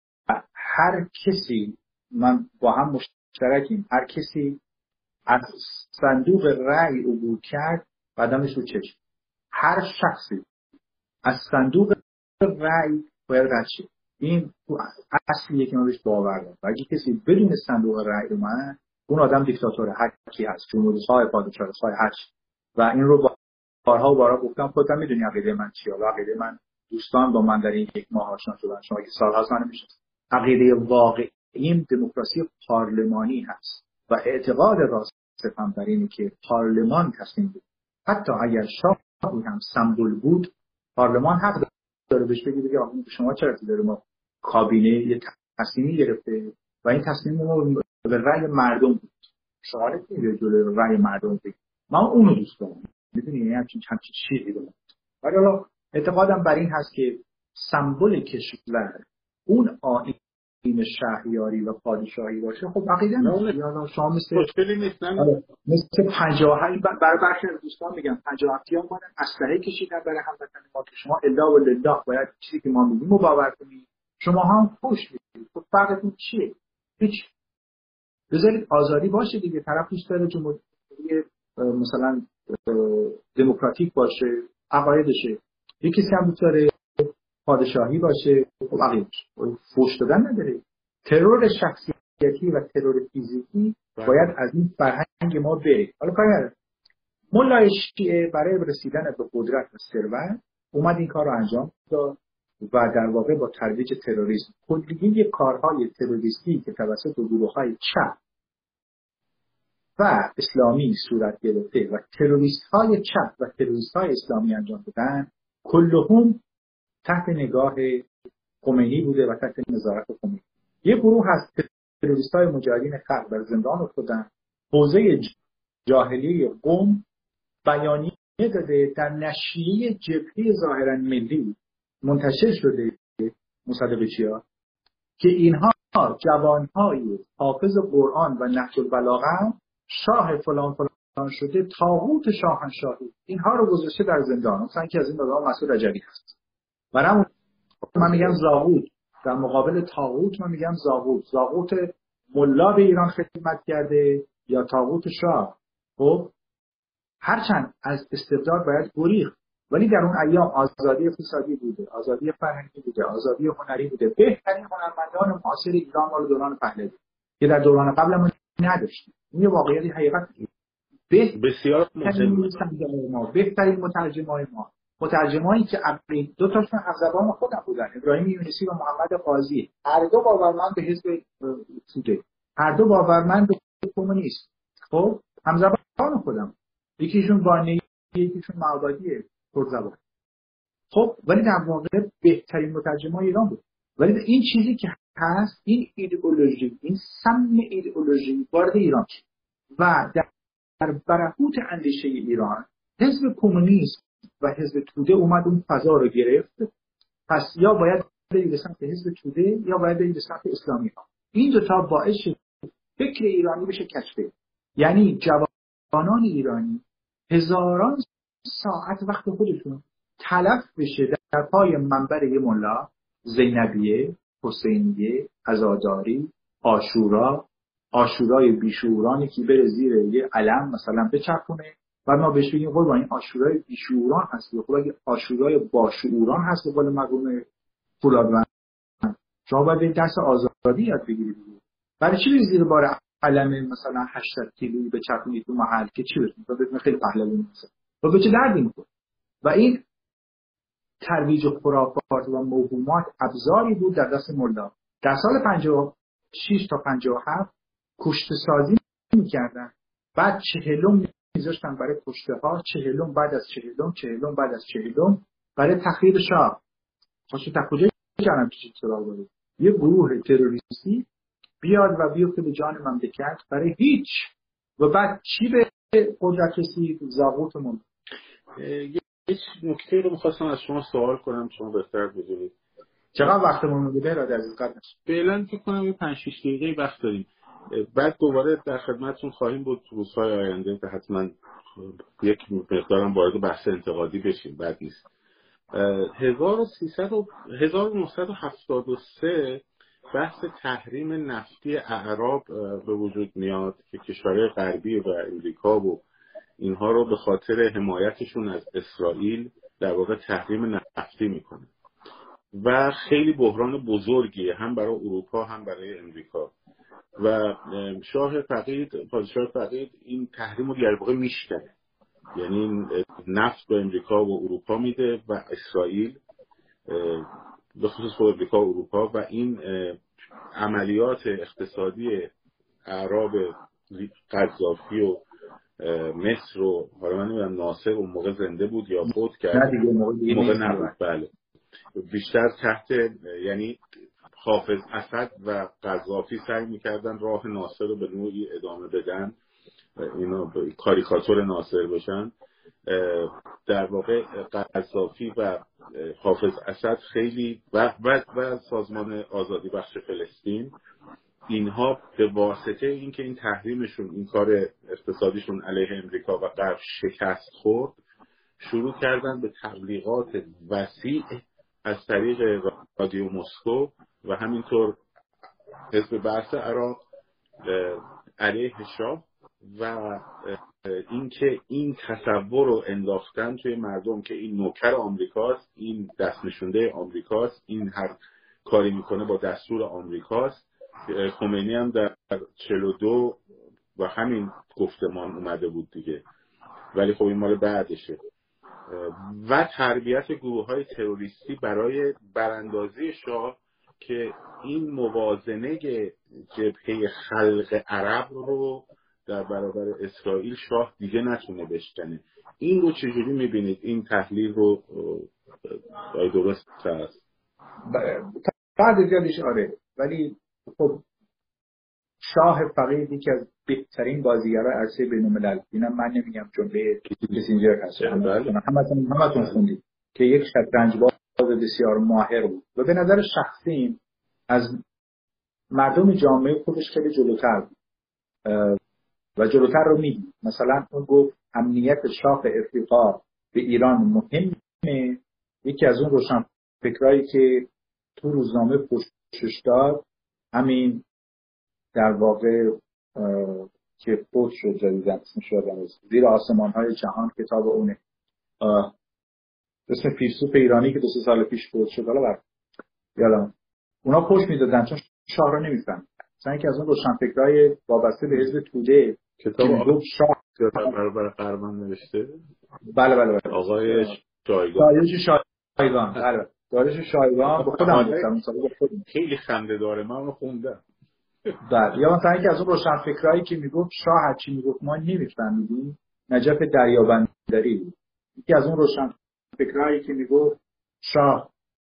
[SPEAKER 2] هر کسی، من با هم مشترکیم، هر کسی از صندوق رأی عبور کرد قدمش رو چشم. هر شخصی از صندوق رأی باید رد شه. این اصلیه که من بهش باور دارم. و اگه کسی بدون صندوق رأی اومد اون آدم دیکتاتور، هر کی هست، جمهوری خواه، پادشاه خواه، هر چی. و این رو بارها و بارها گفتم، خودت میدونی عقیده من چیه و عقیده من دوستان با من در این یک ماه آشنا شدن، شما که سال‌هاست من نمی‌شناسید. عقیده واقعی دموکراسی پارلمانی هست و اعتقاد راستم بر اینه که پارلمان تصمیم بود. حتی اگر شاه هم سمبل بود، پارلمان حق داره بهش بگه بگه آقا شما چرا داره ما کابینه یه تصمیمی گرفته و این تصمیم ما به رأی مردم بود. شما نمی‌تونید جلوی رأی مردم بگید. من اونو دوست دارم. می‌دونی یعنی همچین همچین چیزی دارم. ولی حالا اعتقادم بر این هست که سمبل کشور اون آیین شهریاری و پادشاهی باشه. خب عقیده نیست یا شما مثل
[SPEAKER 1] مشکلی نیست
[SPEAKER 2] مثل پنجاه و هشت برای برخی از دوستان میگم پنجاه و هفت ها اومدن اسلحه کشیدن برای هموطن ما که شما الا و لله باید چیزی که ما میگیم رو باور کنید، شما هم خوش میگید. خب فرقتون چیه؟ هیچ. بذارید آزادی باشه دیگه، طرف دوست داره جمهوری مثلا دموکراتیک باشه عقایدشه، یکی کسی هم دوست داره پادشاهی باشه خب عقیدش. فوش دادن نداره. ترور شخصیتی و ترور فیزیکی باید از این فرهنگ ما بره. حالا کاری نداره. ملای شیعه برای رسیدن به قدرت و ثروت اومد این کار رو انجام داد و در واقع با ترویج تروریسم کلیه کارهای تروریستی که توسط گروه‌های چپ و اسلامی صورت گرفته و تروریست‌های چپ و تروریست‌های اسلامی انجام دادن کلهم تحت نگاه خمینی بوده و تحت نظارت خمینی. یه گروه هست تروریست‌های مجاهدین خلق در زندان افتادن. حوزه جاهلیه قم بیانیه داده در نشریه جبهه ظاهرا ملی منتشر شده مصدق چیا که اینها جوانهای حافظ قرآن و نهج البلاغه شاه فلان فلان شده، طاغوت شاهنشاهی، اینها رو گذاشته در زندان. مثلا که از این آدم مسعود رجبی هست. برام من میگم زاغوت در مقابل طاغوت، من میگم زاغوت. زاغوت ملا به ایران خدمت کرده یا طاغوت شاه. خب هرچند از استبداد باید گریخت، ولی در اون ایام آزادی اقتصادی بوده، آزادی فرهنگی بوده، آزادی هنری بوده. بهترین هنرمندان معاصر ایران مال دوران پهلوی که در دوران قبلمون نداشتیم. این واقعیتی حقیقت به
[SPEAKER 1] بسیار مهم.
[SPEAKER 2] ما بهترین مترجمای ما، مترجمایی که اولین دو تاشون از زبان خودم بودن، ابراهیم یونسی و محمد قاضی، هر دو باورمند به حزب توده، هر دو باورمند به کمونیست. خب هم زبان خودم، یکیشون بانی، یکیشون معبدیه پرزبان. خب ولی در واقع بهترین مترجمای ایران بود. ولی این چیزی که هست، این ایدئولوژی، این سم ایدئولوژی وارد ایران شد و در در برهوت اندیشه ایران حزب کمونیست و حزب توده اومد اون فضا رو گرفت. پس یا باید برید به سمت حزب توده یا باید برید به سمت اسلامی ها. این دوتا باعث شد فکر ایرانی بشه کشفه. یعنی جوانان ایرانی هزاران ساعت وقت خودشون تلف بشه در پای منبر یه ملا، زینبیه، حسینیه، عزاداری، عاشورا، عاشورای بیشعورانی که بره زیر یه علم مثلا بچرخونه و ما بهش بگیم قربان این عاشورای بیشعوران هست، یا خدای عاشورای باشعوران هست به قول مرحوم فولادوند. شما باید درس آزادی یاد بگیرید. برای چی بری زیر بار علم مثلا هشتصد کیلویی بچرخونید تو محل که چی بشه؟ تو بدون خیلی پهلوی میشه. و به چه دردی میخوره؟ و این ترویج خرافات و موهومات ابزاری بود در دست ملا. در سال پنجاه و شش تا پنجاه و هفت کشته سازی می‌کردن. بعد چهلم می‌ذاشتن برای کشته ها، چهلم بعد از چهلم، چهلم بعد از چهلم برای تخریب شاه. خوشو تا کجا جانم چی سراغ بود؟ یه گروه تروریستی بیاد و بیفته به جان مملکت برای هیچ. و بعد چی به قدرت رسید؟ زاغوتمون.
[SPEAKER 1] یک نکته رو می‌خواستم از شما سوال کنم، شما بهتر بدونید.
[SPEAKER 2] چقدر وقتمون بوده ارادت از قد نشه؟
[SPEAKER 1] فعلا فکر کنم یه پنج شش دقیقه وقت داریم. بعد دوباره در خدمتتون خواهیم بود روزهای آینده که حتما یک مقدارم وارد بحث انتقادی بشیم. بعد نیست. هزار و نهصد و هفتاد و سه بحث تحریم نفتی اعراب به وجود میاد که کشورهای غربی و امریکا و اینها رو به خاطر حمایتشون از اسرائیل در واقع تحریم نفتی میکنه و خیلی بحران بزرگیه هم برای اروپا هم برای امریکا. و شاه فقید، پادشاه فقید این تحریم رو در واقع میشکنه، یعنی نفت به امریکا و اروپا میده و اسرائیل به خصوص به امریکا و اروپا، و این عملیات اقتصادی اعراب قذافی و مصر و حالا من نمیدونم ناصر اون موقع زنده بود یا فوت کرد،
[SPEAKER 2] نه دیگه موقع دیگه
[SPEAKER 1] موقع نبود، بله، بیشتر تحت یعنی حافظ اسد و قذافی سعی میکردن راه ناصر رو به نوعی ادامه بدن، اینا کاریکاتور ناصر بشن. در واقع قذافی و حافظ اسد خیلی و, و, و سازمان آزادی بخش فلسطین، اینها به واسطه اینکه این تحریمشون، این کار اقتصادیشون علیه امریکا و غرب شکست خورد، شروع کردن به تبلیغات وسیع از طریق رادیو مسکو و همینطور حزب بعث عراق علیه شاه و اینکه این تصور رو انداختن توی مردم که این نوکر آمریکاست، این دست نشونده آمریکاست، این هر کاری میکنه با دستور آمریکاست. خمینی هم در چهل و دو و همین گفتمان اومده بود دیگه، ولی خب این مال بعدشه. و تربیت گروه های تروریستی برای براندازی شاه که این موازنه جبهه خلق عرب رو در برابر اسرائیل شاه دیگه نتونه بشکنه. این رو چجوری میبینید؟ این تحلیل رو آیا درست هست؟
[SPEAKER 2] بعد زیادش آره، ولی خب شاه فقید یکی از بهترین بازیگرای عرصه بین‌الملل، اینم من نمیگم جمله کیسینجر هست، همتون همتون خوندید که یک شطرنج باز بسیار ماهر بود و به نظر شخصی از مردم جامعه خودش خیلی جلوتر بود و جلوتر رو میدید. مثلا اون گفت امنیت شاه افریقا به ایران مهمه. یکی از اون روشنفکرایی که تو روزنامه پوشش داد همین در واقع که فوت شد جدیدن اسمش یادم زیر آسمان های جهان کتاب اونه، اسم فیلسوف ایرانی که دو سه سال پیش فوت شد، حالا بر یادم اونا پوش میدادن چون شاه رو نمیفهمن. مثلا یکی از اون روشنفکرای وابسته به حزب توده
[SPEAKER 1] کتاب آقای شاه برابر قربان نوشته.
[SPEAKER 2] بله بله بله
[SPEAKER 1] آقای شایگان
[SPEAKER 2] داریوش شایگان بله داریوش شایگان به خودم گفتم
[SPEAKER 1] خیلی خنده داره، من اونو خوندم.
[SPEAKER 2] بله یا مثلا یکی از اون روشنفکرایی که میگفت شاه هرچی میگفت ما نمیفهمیدیم، نجف دریابندری بود. یکی از اون روشنفکرایی که میگفت شاه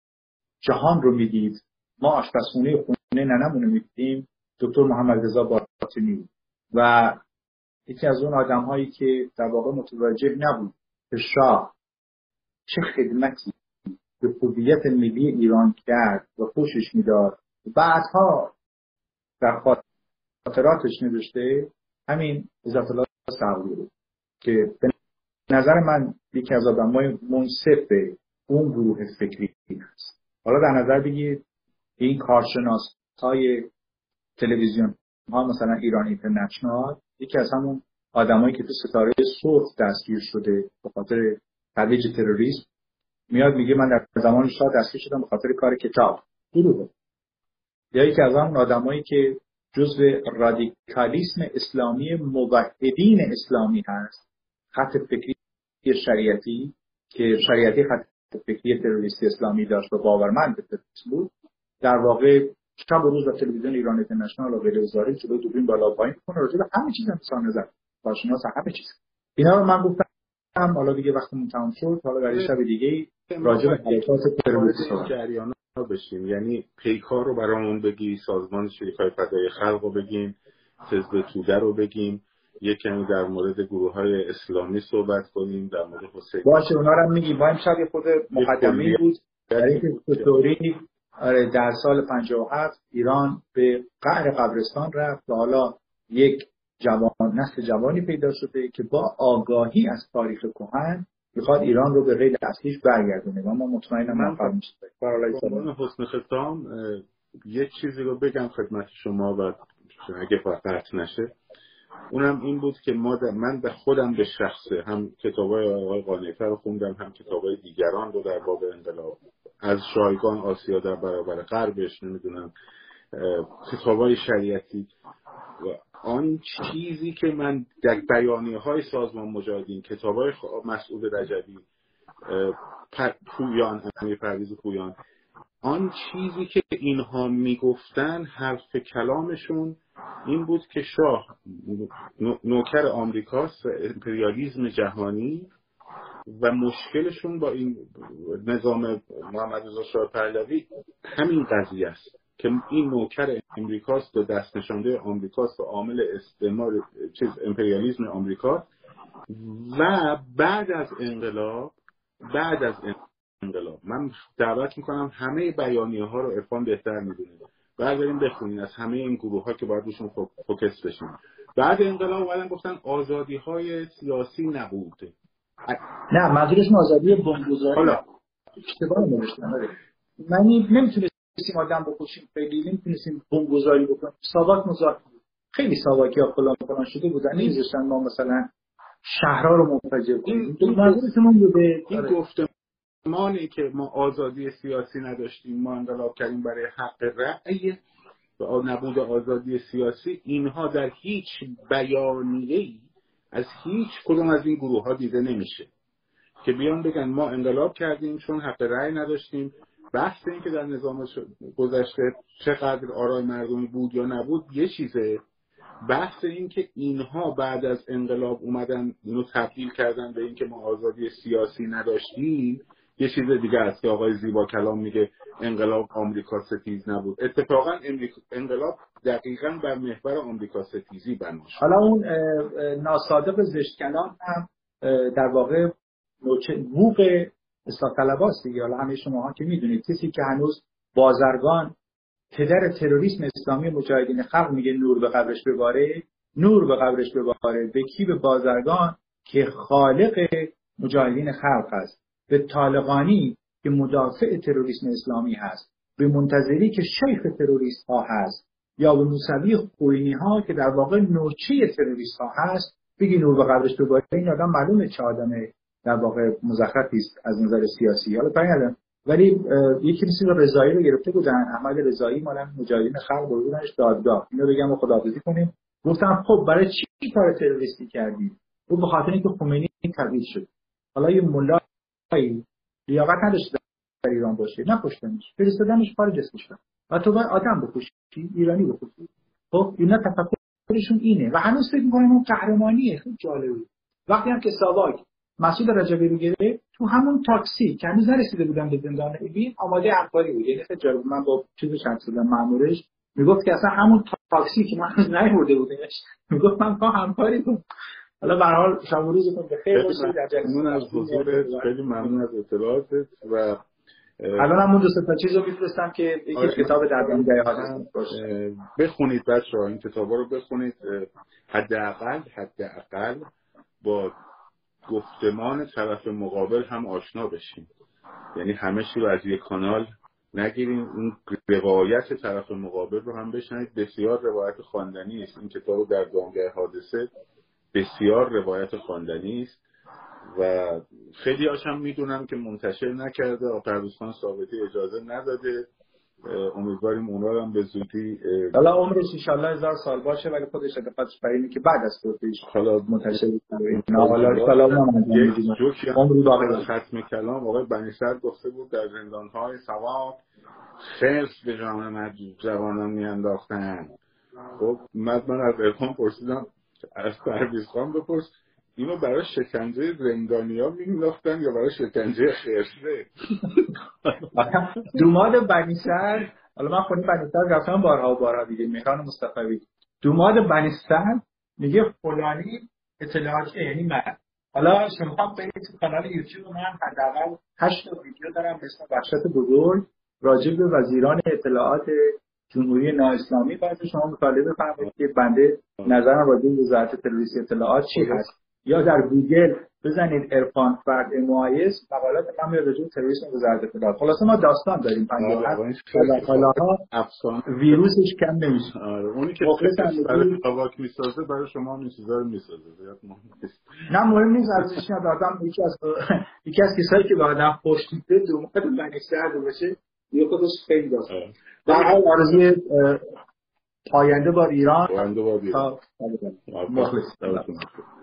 [SPEAKER 2] جهان رو میدید ما آشپزخونه خونه ننمون رو میدیم، دکتر محمد رضا باطنی بود. و یکی از اون آدم‌هایی که در واقع متوجه نبود که شاه چه خدمتی به هویت ملی ایران کرد و پوشش میداد، بعدها در خاطراتش نوشته، همین عزت الله صقلی بود که به نظر من یکی از آدم‌های منصف اون گروه فکری است. حالا در نظر بگید این کارشناس‌های تلویزیون ها مثلا ایران اینترنشنال یکی از همون آدمایی که تو ستاره سرخ دستگیر شده به خاطر ترویج تروریسم میاد میگه من در زمان شاه دستگیر شدم به خاطر کار کتاب. دروغه. یا یکی از همون آدمایی که جزء رادیکالیسم اسلامی موحدین اسلامی هست، خط فکری شریعتی که شریعتی خط فکری تروریستی اسلامی داشت و باورمند به تروریسم بود، در واقع شب و روز در تلویزیون ایران اینترنشنال و غیره وزاری جلوی دوربین بالا پایین می‌کنه راجع به همه چیز انسان نظر کارشناس همه چیز. اینا رو من گفتم، حالا دیگه وقتمون تمام شد، حالا در شب دیگه راجع به حرکات تروریستی
[SPEAKER 1] جریانا بشیم، یعنی پیکار رو برامون بگی، سازمان شریکای فدای خلق رو بگیم، حزب توده رو بگیم، یک کمی در مورد گروه‌های اسلامی صحبت کنیم، در مورد حسین
[SPEAKER 2] باشه اونا رو میگیم. با امشب یه خود مقدمه بود در اینکه چطوری آره در سال پنجاه و هفت ایران به قعر قبرستان رفت و حالا یک جوان نسل جوانی پیدا شده که با آگاهی از تاریخ کهن میخواد ایران رو به قید اصلیش برگردونه و ما مطمئنم موفق میشه.
[SPEAKER 1] برای حسن ختام یک چیزی رو بگم خدمت شما و اگه قطع نشه، اونم این بود که ما من به خودم به شخصه هم کتابای آقای قانع‌فر رو خوندم، هم کتابای دیگران رو در باب انقلاب، از شایگان آسیا در برابر غربش، نمیدونم کتابای شریعتی، و آن چیزی که من در بیانیه‌های سازمان مجاهدین، کتابای مسعود رجبی، پویان، امیر پرویز پویان، آن چیزی که اینها میگفتن حرف کلامشون این بود که شاه نوکر آمریکاست، امپریالیسم جهانی، و مشکلشون با این نظام محمد رضا شاه پهلوی همین قضیه است که این نوکر امریکاست و دست نشانده آمریکاست و عامل استعمار چیز امپریالیسم آمریکا. و بعد از انقلاب بعد از انقلاب من دعوت میکنم همه بیانیه ها رو عرفان بهتر میدونه، برداریم بخونین از همه این گروه ها که باید روشون فوکس بشیم. بعد انقلاب اومدن گفتن آزادی های سیاسی نبوده.
[SPEAKER 2] نه منظورشون آزادی بمبگذاری.
[SPEAKER 1] حالا
[SPEAKER 2] اشتباه نوشتن. من نمیتونستیم آدم بکشیم، خیلی نمیتونستیم بمبگذاری بکنیم. ساواک مزاحم بود. خیلی ساواکی ها فلان فلان شده بودن، نمیذاشتن ما مثلا شهرها رو منفجر کنیم. این منظورشون بوده.
[SPEAKER 1] این گفتمانی که ما آزادی سیاسی نداشتیم، ما انقلاب کردیم برای حق رأی و نبود آزادی سیاسی، اینها در هیچ بیانیه‌ای از هیچ کدوم از این گروه ها دیده نمیشه که بیان بگن ما انقلاب کردیم چون حق رأی نداشتیم. بحث این که در نظام گذشته چقدر آرای مردمی بود یا نبود یه چیزه، بحث این که اینها بعد از انقلاب اومدن اینو تبدیل کردن به این که ما آزادی سیاسی نداشتیم یه چیز دیگه است که آقای زیبا کلام میگه انقلاب آمریکا ستیز نبود. اتفاقا انقلاب دقیقاً بر محور آمریکا ستیزی بنا شد.
[SPEAKER 2] حالا اون ناصادق زشت کلام هم در واقع نوچه بوق اصلاح طلباست دیگه. حالا همه شماها که میدونید کسی که هنوز بازرگان پدر تروریسم اسلامی مجاهدین خلق میگه نور به قبرش بباره، نور به قبرش بباره به کی؟ به بازرگان که خالق مجاهدین خلق است، به طالقانی که مدافع تروریسم اسلامی هست، به منتظری که شیخ تروریست ها هست، یا به موسوی خوینی ها که در واقع نوچه تروریست ها هست، بگی نور به قبرش بباره. این آدم معلومه چه آدم در واقع مزخرفی است از نظر سیاسی. حالا کاری ندارم، ولی یکی مثل رضایی رو گرفته بودن، احمد رضایی مال مجاهدین خلق بردنش دادگاه. اینو بگم و خداحافظی کنیم. گفتم خب برای چی کار تروریستی کردی؟ او به خاطر اینکه خمینی تبعید شد. حالا یه ملایی لیاقت نداشت در ایران باشه، نکشتنش، فرستادنش خارج از کشور. و تو باید آدم بکشی، ایرانی بکشی. خب اینا تفکرشون اینه و هنوز فکر می‌کنم اون قهرمانیه. خیلی جالبه. وقتی هم که ساواک مسعود رجبی رو گرفت تو همون تاکسی که هنوز نرسیده بودم به زندان اوین آماده همکاری بود. یعنی خیلی جالب، من با چیزش چند شدم مامورش میگفت که اصلا همون تاکسی که من هنوز نیورده بودمش میگفت من با همکاری کنم. حالا به هر حال شب و روزتون بخیر باشه. در
[SPEAKER 1] ممنون از حضورت، خیلی ممنون از اطلاعاتت و
[SPEAKER 2] الان هم اون دو سه تا چیزو میفرستم که یکی کتاب در دنیای حادثه باشه.
[SPEAKER 1] بخونید بچه‌ها، این کتابا رو بخونید، حداقل حداقل با گفتمان طرف مقابل هم آشنا بشین. یعنی همه چی رو از یک کانال نگیرین، اون روایت طرف مقابل رو هم بشنید. بسیار روایت خواندنی است. این کتاب در دامگاه حادثه بسیار روایت خواندنی است و خیلی هاشم میدونم که منتشر نکرده، پرویز خان ثابتی اجازه نداده. امیدواریم اونا هم به زودی
[SPEAKER 2] حالا عمرش ان شاء الله هزار سال باشه، ولی خودش دقتش برای اینه که بعد از توفیش
[SPEAKER 1] حالا
[SPEAKER 2] منتشر بشه. حالا کلام
[SPEAKER 1] یک جوکی عمری باقی ختم کلام آقای بنی‌سر گفته بود در زندان‌های ثواب خرس به جان جوانان میانداختن. خب من من از عرفان پرسیدم از پرویز خان بپرس اینو برای شکنجه زندانیا مینداختن یا برای شکنجه خرسه؟
[SPEAKER 2] دوماد بنی‌سر، حالا من خودم بنی‌سر رفتم بارها و بارها دیگه، مهران مصطفی، دوماد بنی‌سر میگه فلانی اطلاعات، یعنی من. حالا شما برید تو کانال یوتیوب من حداقل هشت تا ویدیو دارم به اسم وحشت بزرگ راجع به وزیران اطلاعات جمهوری نااسلامی. بعد شما مطالعه بفرمایید که بنده نظرم راجع به وزارت تروریستی اطلاعات چی هست، یا در گوگل بزنید عرفان فرد امایز مقالات من راجع به تروریسم وزارت اطلاعات. خلاصه ما داستان داریم پنجاه حالا افسانه ویروسش کم نمیشه.
[SPEAKER 1] آره اونی که برای تاواک میسازه برای شما این چیزا رو میسازه.
[SPEAKER 2] نه مهم نیست، ارزشش ندارم. یکی از یکی از کسایی که به آدم پشتیده دوماد بنی‌سر باشه یه خودش خیلی داستان. در حال آرزوی آینده با ایران
[SPEAKER 1] آینده با ایران
[SPEAKER 2] مخلص.